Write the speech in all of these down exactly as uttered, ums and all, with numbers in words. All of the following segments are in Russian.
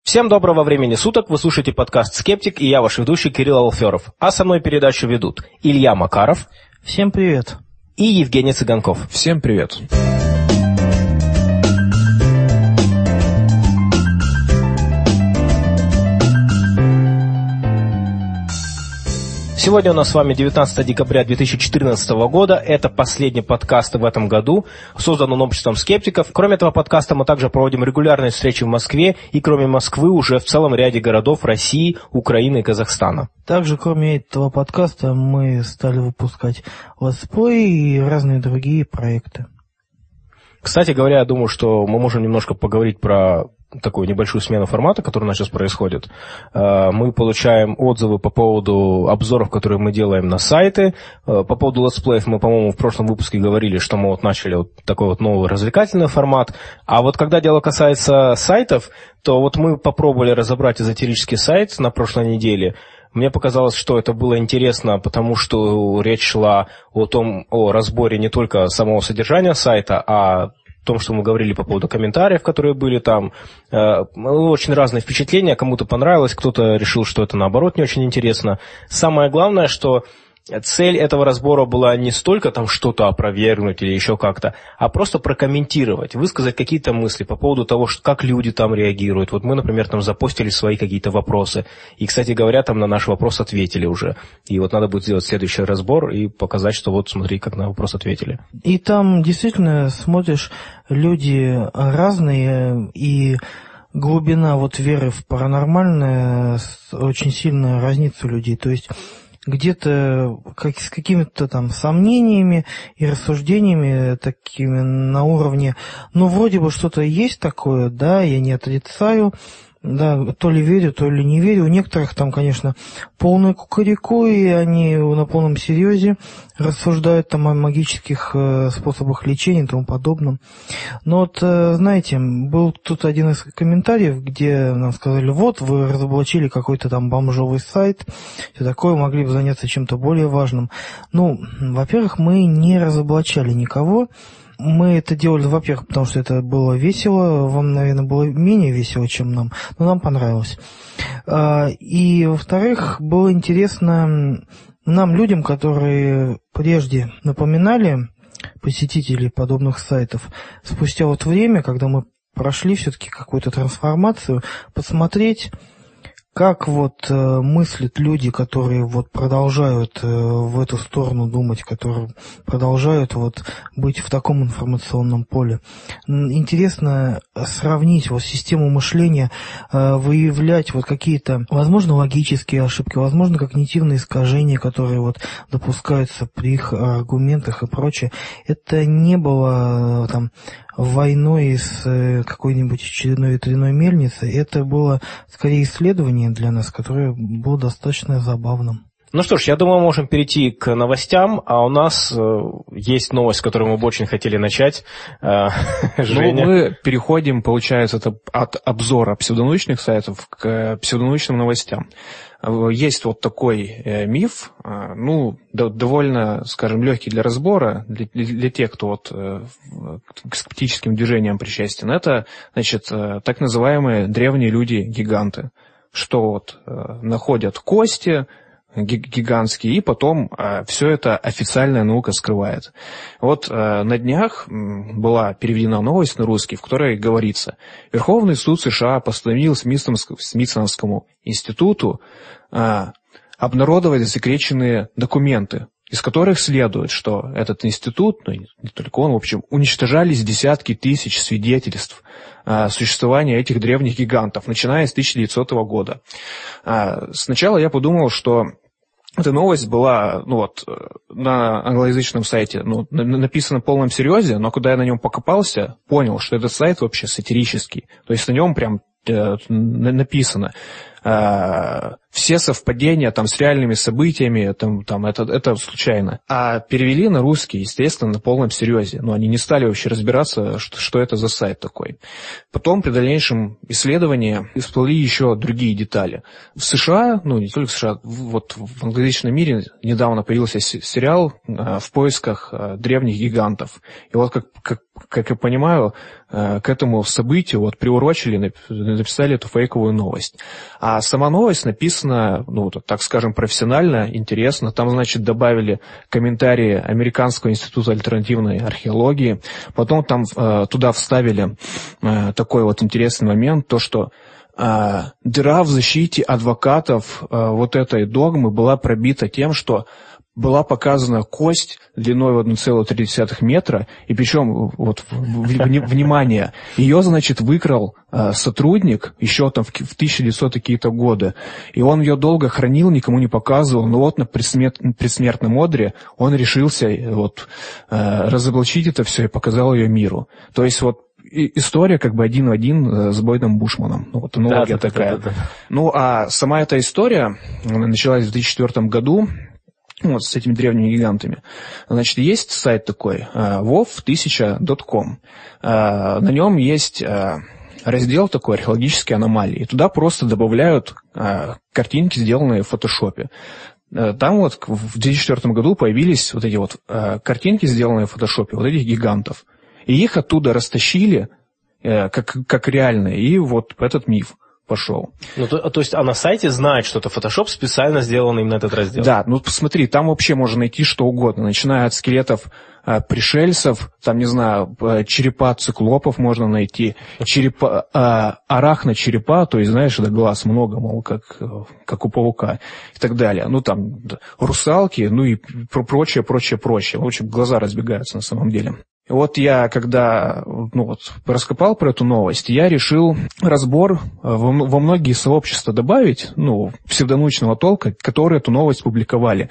Всем доброго времени суток, вы слушаете подкаст «Скептик», и я ваш ведущий Кирилл Алферов. А со мной передачу ведут Илья Макаров. Всем привет. И Евгений Цыганков. Всем привет. Сегодня у нас с вами девятнадцатое декабря две тысячи четырнадцатого года. Это последний подкаст в этом году, создан он обществом скептиков. Кроме этого подкаста мы также проводим регулярные встречи в Москве и кроме Москвы уже в целом ряде городов России, Украины и Казахстана. Также кроме этого подкаста мы стали выпускать летсплей и разные другие проекты. Кстати говоря, я думаю, что мы можем немножко поговорить про такую небольшую смену формата, которая у нас сейчас происходит. Мы получаем отзывы по поводу обзоров, которые мы делаем на сайты. По поводу летсплеев мы, по-моему, в прошлом выпуске говорили, что мы вот начали вот такой вот новый развлекательный формат. А вот когда дело касается сайтов, то вот мы попробовали разобрать эзотерический сайт на прошлой неделе. Мне показалось, что это было интересно, потому что речь шла о том, о разборе не только самого содержания сайта, а о том, что мы говорили по поводу комментариев, которые были там. Очень разные впечатления, кому-то понравилось, кто-то решил, что это наоборот не очень интересно. Самое главное, что цель этого разбора была не столько там что-то опровергнуть или еще как-то, а просто прокомментировать, высказать какие-то мысли по поводу того, что, как люди там реагируют. Вот мы, например, там запостили свои какие-то вопросы. И, кстати говоря, там на наш вопрос ответили уже. И вот надо будет сделать следующий разбор и показать, что вот смотри, как на вопрос ответили. И там действительно смотришь, люди разные, и глубина вот веры в паранормальное очень сильно разнится у людей. То есть где-то как, с какими-то там сомнениями и рассуждениями такими на уровне, ну, вроде бы что-то есть такое, да, я не отрицаю, да, то ли верю, то ли не верю. У некоторых там, конечно, полное кукареку, и они на полном серьезе рассуждают там о магических э, способах лечения и тому подобном. Но вот, э, знаете, был тут один из комментариев, где нам сказали, вот, вы разоблачили какой-то там бомжовый сайт, все такое, могли бы заняться чем-то более важным. Ну, во-первых, мы не разоблачали никого. Мы это делали, во-первых, потому что это было весело, вам, наверное, было менее весело, чем нам, но нам понравилось. И, во-вторых, было интересно нам, людям, которые прежде напоминали посетителей подобных сайтов, спустя вот время, когда мы прошли все-таки какую-то трансформацию, посмотреть, как вот э, мыслят люди, которые вот продолжают э, в эту сторону думать, которые продолжают вот быть в таком информационном поле. Интересно сравнить вот систему мышления, э, выявлять вот какие-то, возможно, логические ошибки, возможно, когнитивные искажения, которые вот допускаются при их аргументах и прочее. Это не было э, там войной с какой-нибудь очередной ветряной мельницей. Это было скорее исследование для нас, которое было достаточно забавным. Ну что ж, я думаю, мы можем перейти к новостям, а у нас э, есть новость, с которой мы бы очень хотели начать. Э, Женя. Ну, мы переходим, получается, это от обзора псевдонаучных сайтов к псевдонаучным новостям. Есть вот такой э, миф, э, ну, да, довольно, скажем, легкий для разбора, для, для тех, кто вот э, к скептическим движениям причастен. Это, значит, э, так называемые древние люди-гиганты, что вот э, находят кости гигантские, и потом э, все это официальная наука скрывает. Вот э, на днях была переведена новость на русский, в которой говорится: Верховный суд США постановил Смитсоновскому институту э, обнародовать засекреченные документы, из которых следует, что этот институт, ну не только он, в общем, уничтожались десятки тысяч свидетельств э, существования этих древних гигантов, начиная с тысяча девятисотого года. Э, сначала я подумал, что эта новость была, ну вот, на англоязычном сайте, ну, написана в полном серьезе, но когда я на нем покопался, понял, что этот сайт вообще сатирический. То есть на нем прям э, написано: э, все совпадения там с реальными событиями, там, там, это, это случайно. А перевели на русский, естественно, на полном серьезе. Но они не стали вообще разбираться, что, что это за сайт такой. Потом при дальнейшем исследовании всплыли еще другие детали. В США, ну не только в США, вот в англоязычном мире недавно появился сериал э, «В поисках э, древних гигантов». И вот, как, как, как я понимаю, э, к этому событию вот приурочили, написали эту фейковую новость. А сама новость написана, ну, так скажем, профессионально, интересно. Там, значит, добавили комментарии Американского института альтернативной археологии. Потом там э, туда вставили э, такой вот интересный момент, то, что э, дыра в защите адвокатов э, вот этой догмы была пробита тем, что была показана кость длиной в одна целая три десятых метра, и причем, вот, внимание, ее, значит, выкрал э, сотрудник еще там в, в тысяча девятисотые какие-то годы, и он ее долго хранил, никому не показывал, но вот на предсмерт, предсмертном одре он решился вот, э, разоблачить это все и показал ее миру. То есть вот история как бы один в один с Бойдом Бушманом. Ну, вот аналогия да, такая. Да, да, да. Ну, а сама эта история началась в две тысячи четвёртом году, вот с этими древними гигантами. Значит, есть сайт такой, вов тысяча точка ком. На нем есть раздел такой «Археологические аномалии». И туда просто добавляют картинки, сделанные в фотошопе. Там вот в две тысячи четвёртом году появились вот эти вот картинки, сделанные в фотошопе, вот этих гигантов. И их оттуда растащили как, как реальные, и вот этот миф пошел. Ну, то, то есть, а на сайте знает, что это фотошоп специально сделан именно этот раздел? Да, ну посмотри, там вообще можно найти что угодно, начиная от скелетов э, пришельцев, там, не знаю, э, черепа циклопов можно найти, черепа, э, арахночерепа, то есть, знаешь, это глаз много, мол, как, как у паука и так далее. Ну, там, русалки, ну и прочее, прочее, прочее. В общем, глаза разбегаются на самом деле. Вот я, когда ну вот, раскопал про эту новость, я решил разбор во, во многие сообщества добавить, ну, псевдонаучного толка, которые эту новость публиковали.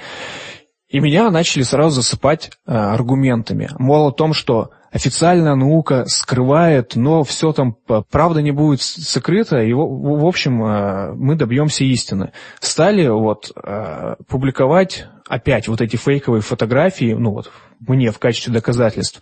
И меня начали сразу засыпать э, аргументами. Мол, о том, что официальная наука скрывает, но все там правда не будет сокрыто, и в, в общем э, мы добьемся истины. Стали вот э, публиковать опять вот эти фейковые фотографии, ну вот мне в качестве доказательств.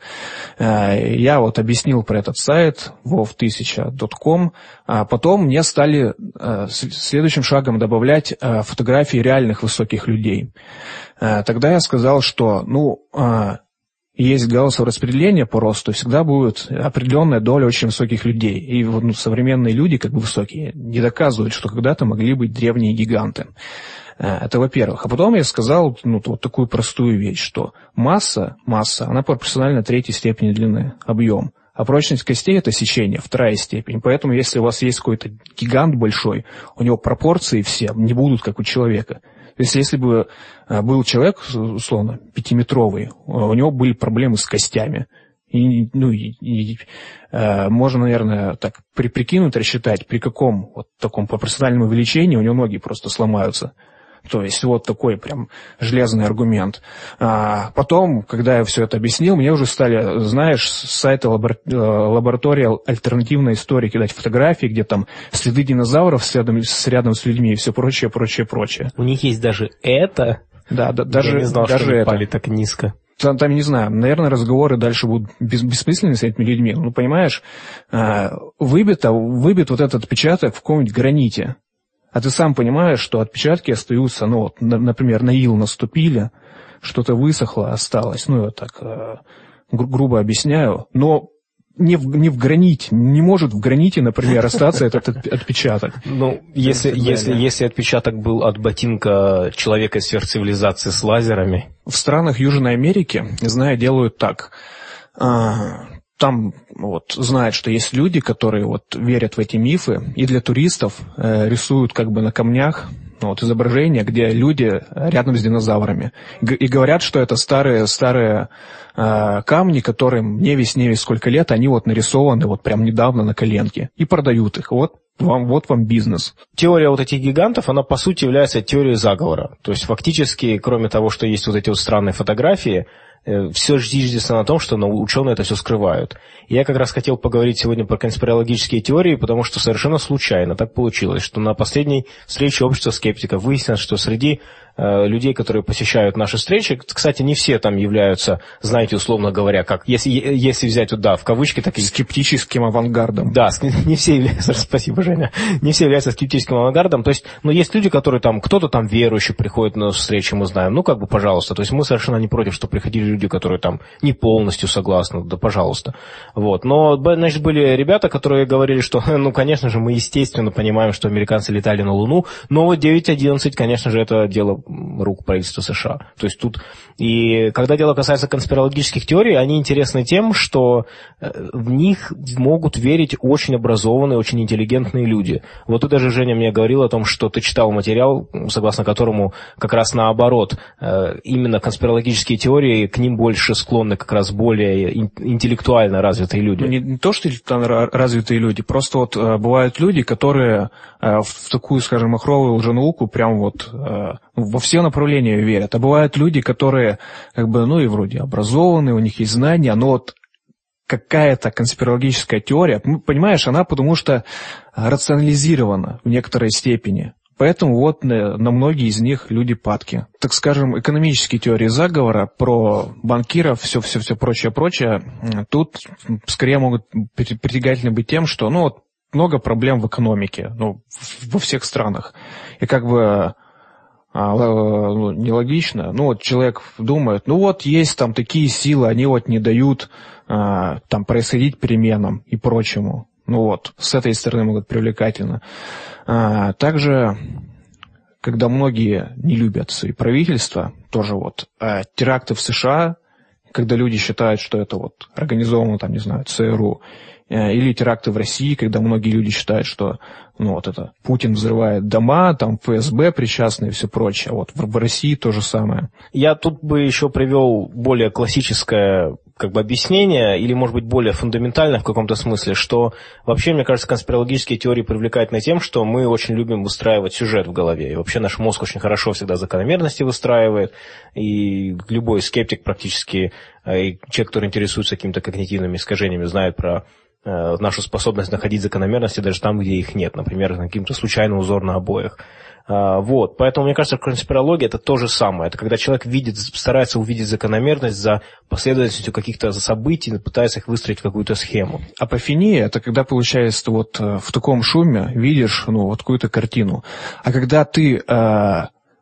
Э, я вот объяснил про этот сайт вов тысяча точка ком, а потом мне стали э, следующим шагом добавлять э, фотографии реальных высоких людей. Э, тогда я сказал, что ну э, есть гауссово распределение по росту, всегда будет определенная доля очень высоких людей. И вот, ну, современные люди, как бы высокие, не доказывают, что когда-то могли быть древние гиганты. Это во-первых. А потом я сказал ну, вот такую простую вещь, что масса, масса, она пропорциональна третьей степени длины, объем. А прочность костей – это сечение, вторая степень. Поэтому если у вас есть какой-то гигант большой, у него пропорции все не будут, как у человека. То есть если бы был человек, условно, пятиметровый, у него были проблемы с костями. И, ну, и, и, э, можно, наверное, так при, прикинуть, рассчитать, при каком вот таком пропорциональном увеличении у него ноги просто сломаются. То есть вот такой прям железный аргумент. А потом, когда я все это объяснил, мне уже стали, знаешь, с сайта лабор... лаборатории альтернативной истории кидать фотографии, где там следы динозавров рядом с, рядом с людьми и все прочее, прочее, прочее. У них есть даже это? Да, да даже, я не знал, даже что они это. пали так низко. Там, там, не знаю, наверное, разговоры дальше будут бес, бессмысленны с этими людьми. Ну, понимаешь, выбито, выбит вот этот отпечаток в каком-нибудь граните. А ты сам понимаешь, что отпечатки остаются, ну, вот, например, на ил наступили, что-то высохло, осталось. Ну, я так э, гру- грубо объясняю. Но не в, не в граните, не может в граните, например, остаться этот отпечаток. Ну, если, если, если отпечаток был от ботинка человека из сверхцивилизации с лазерами. В странах Южной Америки, знаю, делают так. Там вот знают, что есть люди, которые вот верят в эти мифы, и для туристов э, рисуют как бы на камнях вот, изображения, где люди рядом с динозаврами. И говорят, что это старые, старые э, камни, которым не весь, не весь сколько лет, они вот нарисованы вот прям недавно на коленке. И продают их. Вот вам, вот вам бизнес. Теория вот этих гигантов, она по сути является теорией заговора. То есть фактически, кроме того, что есть вот эти вот странные фотографии, все зиждется на том, что ученые это все скрывают. И я как раз хотел поговорить сегодня про конспирологические теории, потому что совершенно случайно так получилось, что на последней встрече общества скептиков выяснилось, что среди э, людей, которые посещают наши встречи, кстати, не все там являются, знаете, условно говоря, как, если, если взять, вот, да, в кавычки, такие... Скептическим авангардом. Да, не все являются, спасибо, Женя, не все являются скептическим авангардом, то есть, ну, есть люди, которые там, кто-то там верующий приходит на встречи, мы знаем, ну, как бы, пожалуйста, то есть мы совершенно не против, что приходили люди, которые там не полностью согласны, да, пожалуйста. Вот. Но, значит, были ребята, которые говорили, что, ну, конечно же, мы, естественно, понимаем, что американцы летали на Луну, но вот девять одиннадцать, конечно же, это дело рук правительства США. То есть тут... И когда дело касается конспирологических теорий, они интересны тем, что в них могут верить очень образованные, очень интеллигентные люди. Вот ты даже, Женя, мне говорил о том, что ты читал материал, согласно которому как раз наоборот, именно конспирологические теории, к ним больше склонны как раз более интеллектуально развитые люди. Не, не то, что интеллектуально развитые люди, просто вот э, бывают люди, которые э, в, в такую, скажем, махровую лженауку прям вот э, во все направления верят. А бывают люди, которые как бы, ну и вроде образованные, у них есть знания, но вот какая-то конспирологическая теория, понимаешь, она потому что рационализирована в некоторой степени. Поэтому вот на, на многие из них люди падки. Так скажем, экономические теории заговора про банкиров, все-все-все прочее-прочее, тут скорее могут притягательны быть тем, что ну, вот много проблем в экономике, ну, во всех странах. И как бы а, ну, нелогично, ну вот человек думает, ну вот есть там такие силы, они вот не дают а, там происходить переменам и прочему. Ну вот, с этой стороны могут привлекательно. А, также, когда многие не любят свои правительства, тоже вот а, теракты в США, когда люди считают, что это вот организовано, там, не знаю, ЦРУ, а, или теракты в России, когда многие люди считают, что ну вот это Путин взрывает дома, там ФСБ причастны и все прочее. Вот в, в России то же самое. Я тут бы еще привел более классическое как бы объяснение, или, может быть, более фундаментальное в каком-то смысле, что вообще, мне кажется, конспирологические теории привлекательны тем, что мы очень любим выстраивать сюжет в голове. И вообще наш мозг очень хорошо всегда закономерности выстраивает, и любой скептик практически, и человек, который интересуется какими-то когнитивными искажениями, знает про э, нашу способность находить закономерности даже там, где их нет. Например, каким-то случайный узор на обоях. Вот, поэтому, мне кажется, конспирология – это то же самое. Это когда человек видит, старается увидеть закономерность за последовательностью каких-то событий, пытается их выстроить в какую-то схему. Апофения – это когда, получается, вот в таком шуме видишь, ну, вот какую-то картину. А когда ты э,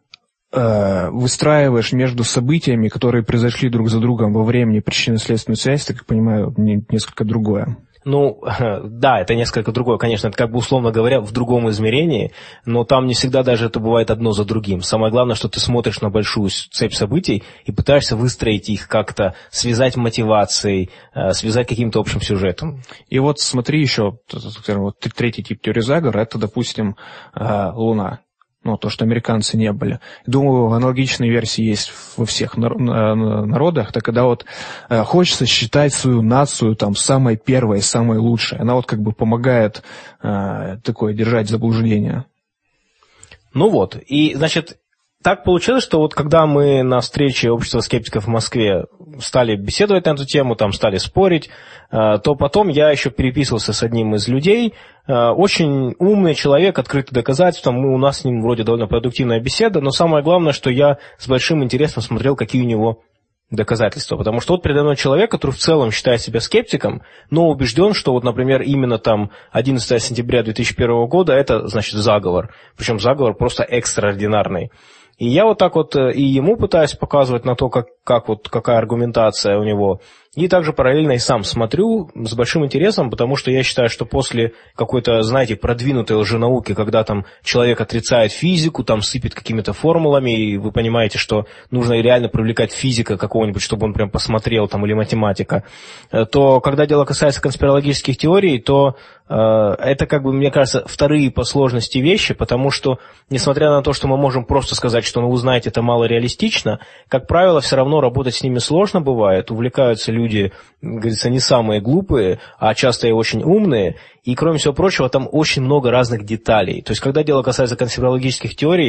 э, выстраиваешь между событиями, которые произошли друг за другом во времени причинно-следственную связь, это, как понимаю, несколько другое. Ну, да, это несколько другое, конечно, это как бы, условно говоря, в другом измерении, но там не всегда даже это бывает одно за другим. Самое главное, что ты смотришь на большую цепь событий и пытаешься выстроить их как-то, связать мотивацией, связать каким-то общим сюжетом. И вот смотри еще, скажем, вот третий тип теории заговора, это, допустим, Луна. Ну, то, что американцы не были. Думаю, аналогичные версии есть во всех народах. Так когда вот э, хочется считать свою нацию там самой первой, самой лучшей. Она вот как бы помогает э, такое держать заблуждение. Ну вот, и, значит, так получилось, что вот когда мы на встрече общества скептиков в Москве стали беседовать на эту тему, там стали спорить, то потом я еще переписывался с одним из людей, очень умный человек, открытый доказательствам, мы, у нас с ним вроде довольно продуктивная беседа, но самое главное, что я с большим интересом смотрел, какие у него доказательства, потому что вот передо мной человек, который в целом считает себя скептиком, но убежден, что вот, например, именно там одиннадцатого сентября две тысячи первого года это, значит, заговор, причем заговор просто экстраординарный. И я вот так вот и ему пытаюсь показывать на то, как, как вот, какая аргументация у него. И также параллельно и сам смотрю с большим интересом, потому что я считаю, что после какой-то, знаете, продвинутой лженауки, когда там человек отрицает физику, там сыпет какими-то формулами, и вы понимаете, что нужно реально привлекать физика какого-нибудь, чтобы он прям посмотрел, там, или математика, то когда дело касается конспирологических теорий, то э, это, как бы, мне кажется, вторые по сложности вещи, потому что, несмотря на то, что мы можем просто сказать, что, ну, вы знаете, это мало реалистично, как правило, все равно работать с ними сложно бывает, увлекаются люди, люди, говорится, не самые глупые, а часто и очень умные, и, кроме всего прочего, там очень много разных деталей. То есть, когда дело касается конспирологических теорий,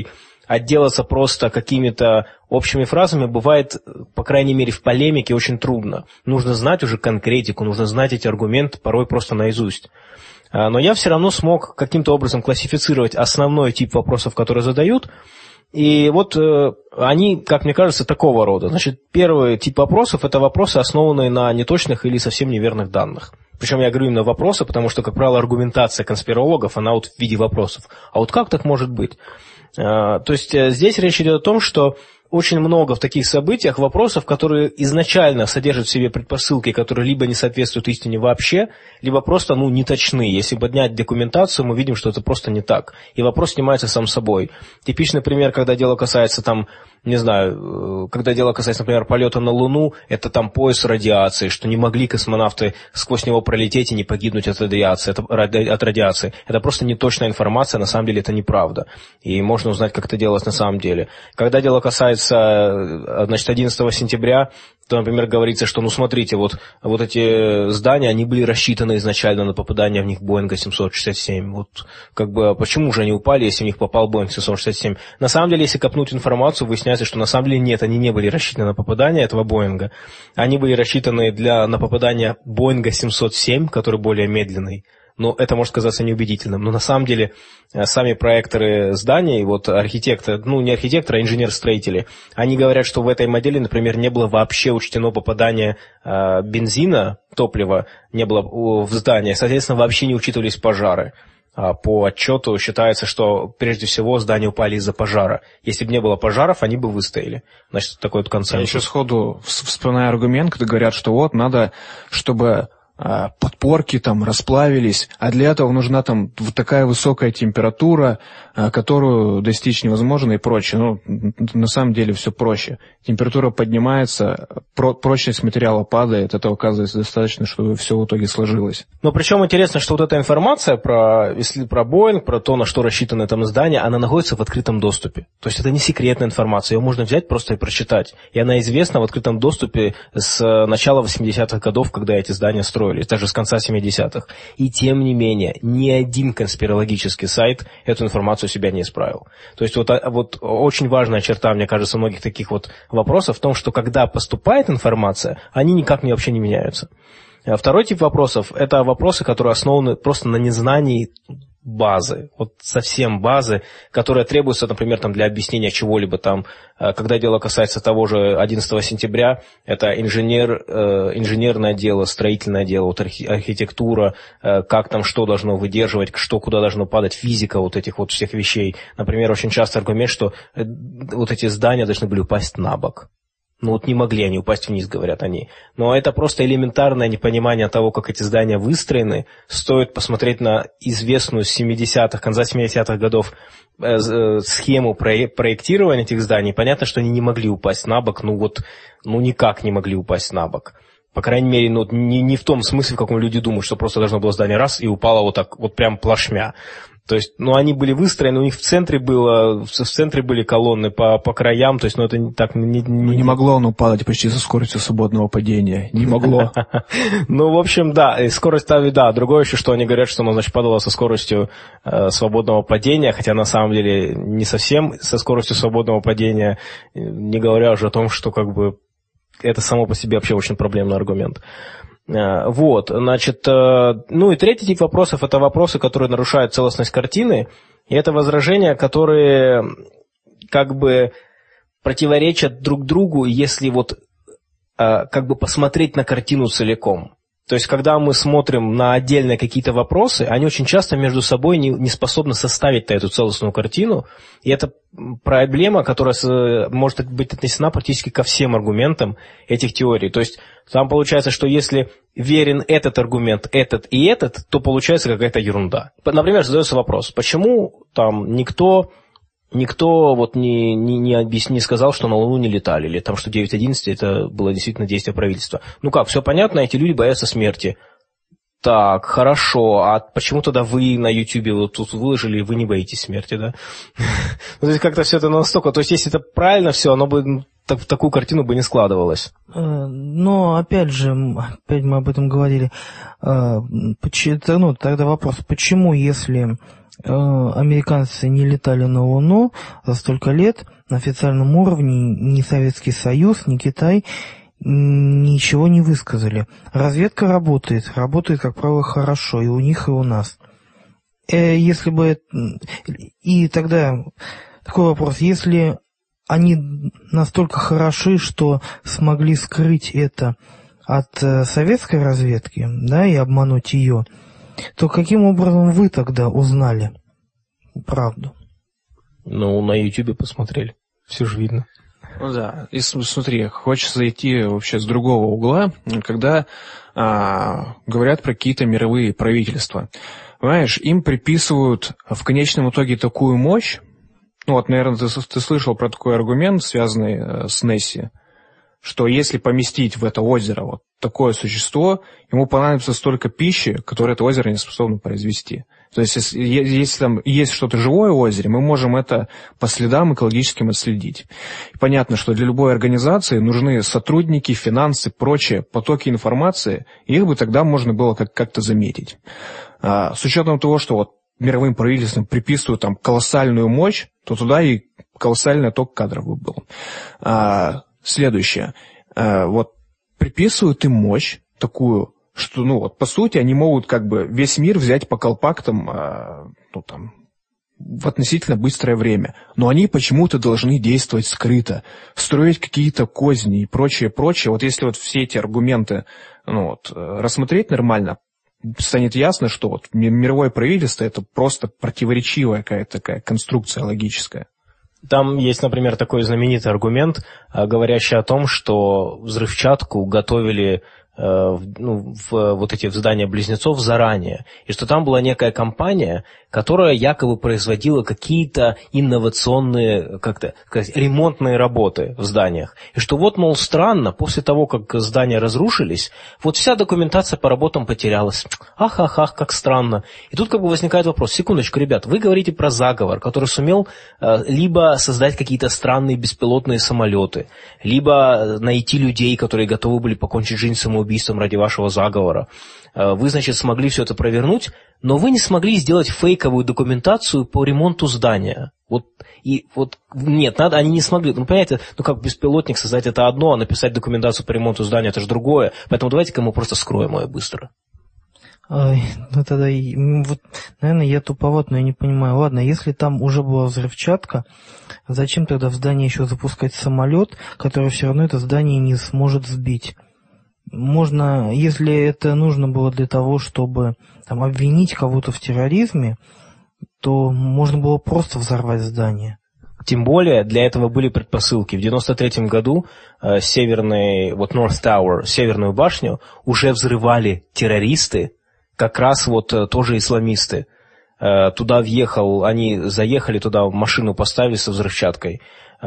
отделаться просто какими-то общими фразами бывает, по крайней мере, в полемике очень трудно. Нужно знать уже конкретику, нужно знать эти аргументы порой просто наизусть. Но я все равно смог каким-то образом классифицировать основной тип вопросов, которые задают. И вот э, они, как мне кажется, такого рода. Значит, первый тип вопросов – это вопросы, основанные на неточных или совсем неверных данных. Причем я говорю именно вопросы, потому что, как правило, аргументация конспирологов, она вот в виде вопросов. А вот как так может быть? Э, то есть здесь речь идет о том, что очень много в таких событиях вопросов, которые изначально содержат в себе предпосылки, которые либо не соответствуют истине вообще, либо просто, ну, не точны. Если поднять документацию, мы видим, что это просто не так. И вопрос снимается сам собой. Типичный пример, когда дело касается там, не знаю, когда дело касается, например, полета на Луну, это там пояс радиации, что не могли космонавты сквозь него пролететь и не погибнуть от радиации. Это, от радиации. Это просто неточная информация, на самом деле это неправда. И можно узнать, как это делалось на самом деле. Когда дело касается, значит, одиннадцатого сентября, то, например, говорится, что, ну, смотрите, вот, вот эти здания, они были рассчитаны изначально на попадание в них Боинга семьсот шестьдесят семь. Вот, как бы, почему же они упали, если в них попал Боинг семьсот шестьдесят семь? На самом деле, если копнуть информацию, выясняется, что на самом деле нет, они не были рассчитаны на попадание этого Боинга. Они были рассчитаны для, на попадание Боинга семьсот семь, который более медленный. Ну, это может казаться неубедительным, но на самом деле сами проекторы зданий, вот архитекторы, ну не архитекторы, а инженер-строители, они говорят, что в этой модели, например, не было вообще учтено попадание э, бензина, топлива, не было в здание, соответственно, вообще не учитывались пожары. А по отчету считается, что прежде всего здания упали из-за пожара. Если бы не было пожаров, они бы выстояли. Значит, такой вот консенсус. Я еще сходу вспоминаю аргумент, когда говорят, что вот надо, чтобы подпорки там расплавились, а для этого нужна там вот такая высокая температура, которую достичь невозможно и прочее. Ну, на самом деле все проще. Температура поднимается, про- прочность материала падает, этого оказывается достаточно, чтобы все в итоге сложилось. Но причем интересно, что вот эта информация про, если про Боинг, про то, на что рассчитано там здание, она находится в открытом доступе. То есть это не секретная информация, ее можно взять просто и прочитать. И она известна в открытом доступе с начала восьмидесятых годов, когда эти здания строились. Даже с конца семидесятых. И тем не менее, ни один конспирологический сайт эту информацию себя не исправил. То есть вот, вот очень важная черта, мне кажется, многих таких вот вопросов в том, что когда поступает информация, они никак не, вообще не меняются. Второй тип вопросов – это вопросы, которые основаны просто на незнании базы, вот совсем базы, которая требуется, например, там, для объяснения чего-либо там, когда дело касается того же одиннадцатого сентября, это инженер, инженерное дело, строительное дело, вот архитектура, как там что должно выдерживать, что куда должно падать, физика вот этих вот всех вещей. Например, очень часто аргумент, что вот эти здания должны были упасть на бок. Ну вот не могли они упасть вниз, говорят они. Но это просто элементарное непонимание того, как эти здания выстроены. Стоит посмотреть на известную с семидесятых, конца семидесятых годов э, э, схему про- проектирования этих зданий. Понятно, что они не могли упасть на бок, ну вот, ну никак не могли упасть на бок. По крайней мере, ну, не, не в том смысле, в каком люди думают, что просто должно было здание раз и упало вот так, вот прям плашмя. То есть, ну, они были выстроены, у них в центре было, в центре были колонны по, по краям, то есть, ну, это не так... Не, не... не могло оно падать почти со скоростью свободного падения, не могло. Ну, в общем, да, скорость, да, другое еще, что они говорят, что оно, значит, падало со скоростью свободного падения, хотя на самом деле не совсем со скоростью свободного падения, не говоря уже о том, что, как бы, это само по себе вообще очень проблемный аргумент. Вот, значит, ну и третий тип вопросов – это вопросы, которые нарушают целостность картины, и это возражения, которые как бы противоречат друг другу, если вот как бы посмотреть на картину целиком. То есть, когда мы смотрим на отдельные какие-то вопросы, они очень часто между собой не, не способны составить эту целостную картину. И это проблема, которая может быть отнесена практически ко всем аргументам этих теорий. То есть, там получается, что если верен этот аргумент, этот и этот, то получается какая-то ерунда. Например, задается вопрос, почему там никто... Никто вот не, не, не, объяс... не сказал, что на Луну не летали, или там, что девять одиннадцать это было действительно действие правительства. Ну как, все понятно, эти люди боятся смерти. Так, хорошо, а почему тогда вы на Ютубе вот тут выложили, и вы не боитесь смерти, да? То есть как-то все это настолько... То есть если это правильно все, оно бы в такую картину бы не складывалось. Но опять же, опять мы об этом говорили. Ну, тогда вопрос, почему, если американцы не летали на Луну за столько лет, на официальном уровне ни Советский Союз, ни Китай ничего не высказали. Разведка работает, работает, как правило, хорошо, и у них, и у нас. Если бы... И тогда такой вопрос, если они настолько хороши, что смогли скрыть это от советской разведки, да, и обмануть ее, то каким образом вы тогда узнали правду? Ну, на Ютубе посмотрели, все же видно. Ну да, и смотри, хочется зайти вообще с другого угла, когда а, говорят про какие-то мировые правительства. Понимаешь, им приписывают в конечном итоге такую мощь. Ну вот, наверное, ты, ты слышал про такой аргумент, связанный э, с Несси, что если поместить в это озеро вот такое существо, ему понадобится столько пищи, которое это озеро не способно произвести. То есть, если, если там есть что-то живое в озере, мы можем это по следам экологическим отследить. И понятно, что для любой организации нужны сотрудники, финансы, прочие потоки информации, и их бы тогда можно было как- как-то заметить. А, с учетом того, что вот мировым правительствам приписывают там колоссальную мощь, то туда и колоссальный отток кадров бы был. А, следующее. А, вот приписывают им мощь такую, что, ну, вот, по сути, они могут как бы весь мир взять по колпактам, а, ну, там, в относительно быстрое время. Но они почему-то должны действовать скрыто, строить какие-то козни и прочее, прочее. Вот если вот все эти аргументы, ну, вот, рассмотреть нормально, станет ясно, что вот мировое правительство — это просто противоречивая какая-то такая конструкция логическая. Там есть, например, такой знаменитый аргумент, говорящий о том, что взрывчатку готовили ну, в вот эти в здания близнецов заранее, и что там была некая компания, которая якобы производила какие-то инновационные, как-то сказать, ремонтные работы в зданиях. И что вот, мол, странно, после того, как здания разрушились, вот вся документация по работам потерялась. Ах, ах, ах, как странно. И тут как бы возникает вопрос, секундочку, ребят, вы говорите про заговор, который сумел э, либо создать какие-то странные беспилотные самолеты, либо найти людей, которые готовы были покончить жизнь самоубийством ради вашего заговора. Вы, значит, смогли все это провернуть, но вы не смогли сделать фейковую документацию по ремонту здания. Вот, и вот, нет, надо, они не смогли. Ну, понимаете, ну, как беспилотник создать это одно, а написать документацию по ремонту здания это же другое. Поэтому давайте-ка мы просто скроем ее быстро. Ой, ну тогда, вот, наверное, я туповат, но я не понимаю. Ладно, если там уже была взрывчатка, зачем тогда в здании еще запускать самолет, который все равно это здание не сможет сбить? Можно, если это нужно было для того, чтобы там, обвинить кого-то в терроризме, то можно было просто взорвать здание. Тем более, для этого были предпосылки. В девяносто третьем году э, северный, вот North Tower, северную башню, уже взрывали террористы, как раз вот э, тоже исламисты. Э, туда въехал, они заехали туда, машину поставили со взрывчаткой.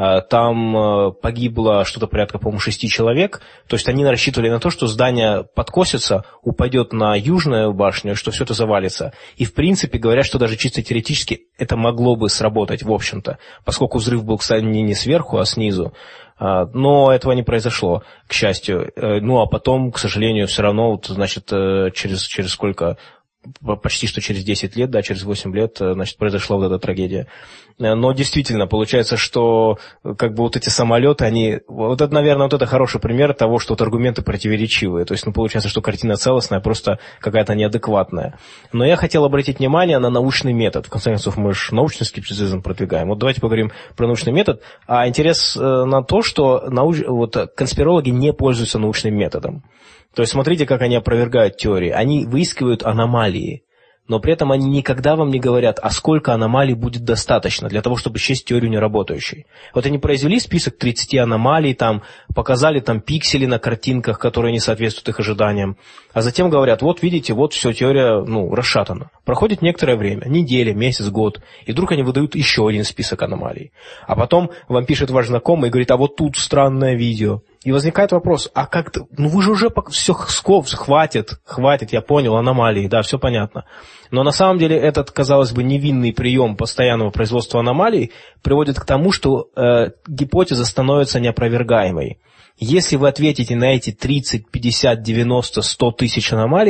Там погибло что-то порядка, по-моему, шести человек. То есть они рассчитывали на то, что здание подкосится, упадет на южную башню, что все это завалится. И, в принципе, говорят, что даже чисто теоретически это могло бы сработать, в общем-то. Поскольку взрыв был, кстати, не сверху, а снизу. Но этого не произошло, к счастью. Ну, а потом, к сожалению, все равно, вот, значит, через, через сколько... почти что через десять лет, да, через восемь лет, значит, произошла вот эта трагедия. Но действительно, получается, что как бы вот эти самолеты, они... Вот это, наверное, вот это хороший пример того, что вот аргументы противоречивые. То есть, ну, получается, что картина целостная, просто какая-то неадекватная. Но я хотел обратить внимание на научный метод. В конце концов, мы же научный скептицизм продвигаем. Вот давайте поговорим про научный метод. А интерес на то, что науч... вот, конспирологи не пользуются научным методом. То есть смотрите, как они опровергают теории. Они выискивают аномалии, но при этом они никогда вам не говорят, а сколько аномалий будет достаточно для того, чтобы счесть теорию неработающей. Вот они произвели список тридцати аномалий, там, показали там пиксели на картинках, которые не соответствуют их ожиданиям, а затем говорят, вот видите, вот все, теория, ну, расшатана. Проходит некоторое время, неделя, месяц, год, и вдруг они выдают еще один список аномалий. А потом вам пишет ваш знакомый и говорит, а вот тут странное видео. И возникает вопрос, а как-то, ну вы же уже все, хватит, хватит, я понял, аномалии, да, все понятно. Но на самом деле этот, казалось бы, невинный прием постоянного производства аномалий приводит к тому, что э, гипотеза становится неопровергаемой. Если вы ответите на эти тридцать, пятьдесят, девяносто, сто тысяч аномалий,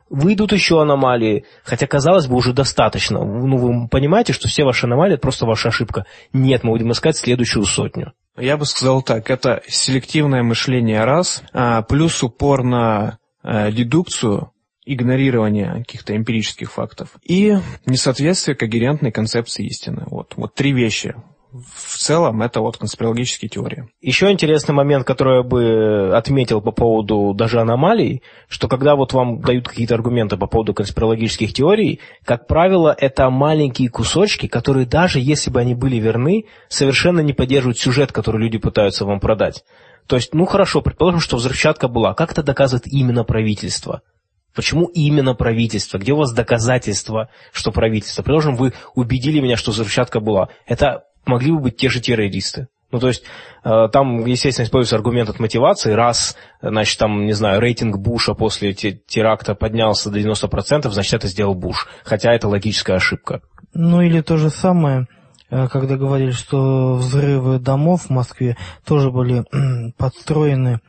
выйдут еще аномалии, хотя, казалось бы, уже достаточно. Ну, вы понимаете, что все ваши аномалии – это просто ваша ошибка. Нет, мы будем искать следующую сотню. Я бы сказал так, это селективное мышление раз, а, плюс упор на а, дедукцию, игнорирование каких-то эмпирических фактов и несоответствие когерентной концепции истины. Вот, вот три вещи. В целом, это вот конспирологические теории. Еще интересный момент, который я бы отметил по поводу даже аномалий, что когда вот вам дают какие-то аргументы по поводу конспирологических теорий, как правило, это маленькие кусочки, которые даже если бы они были верны, совершенно не поддерживают сюжет, который люди пытаются вам продать. То есть, ну хорошо, предположим, что взрывчатка была. Как это доказывает именно правительство? Почему именно правительство? Где у вас доказательства, что правительство? Предположим, вы убедили меня, что взрывчатка была. Это могли бы быть те же террористы. Ну, то есть, э, там, естественно, используется аргумент от мотивации. Раз, значит, там, не знаю, рейтинг Буша после теракта поднялся до девяноста процентов, значит, это сделал Буш. Хотя это логическая ошибка. Ну, или то же самое, когда говорили, что взрывы домов в Москве тоже были подстроены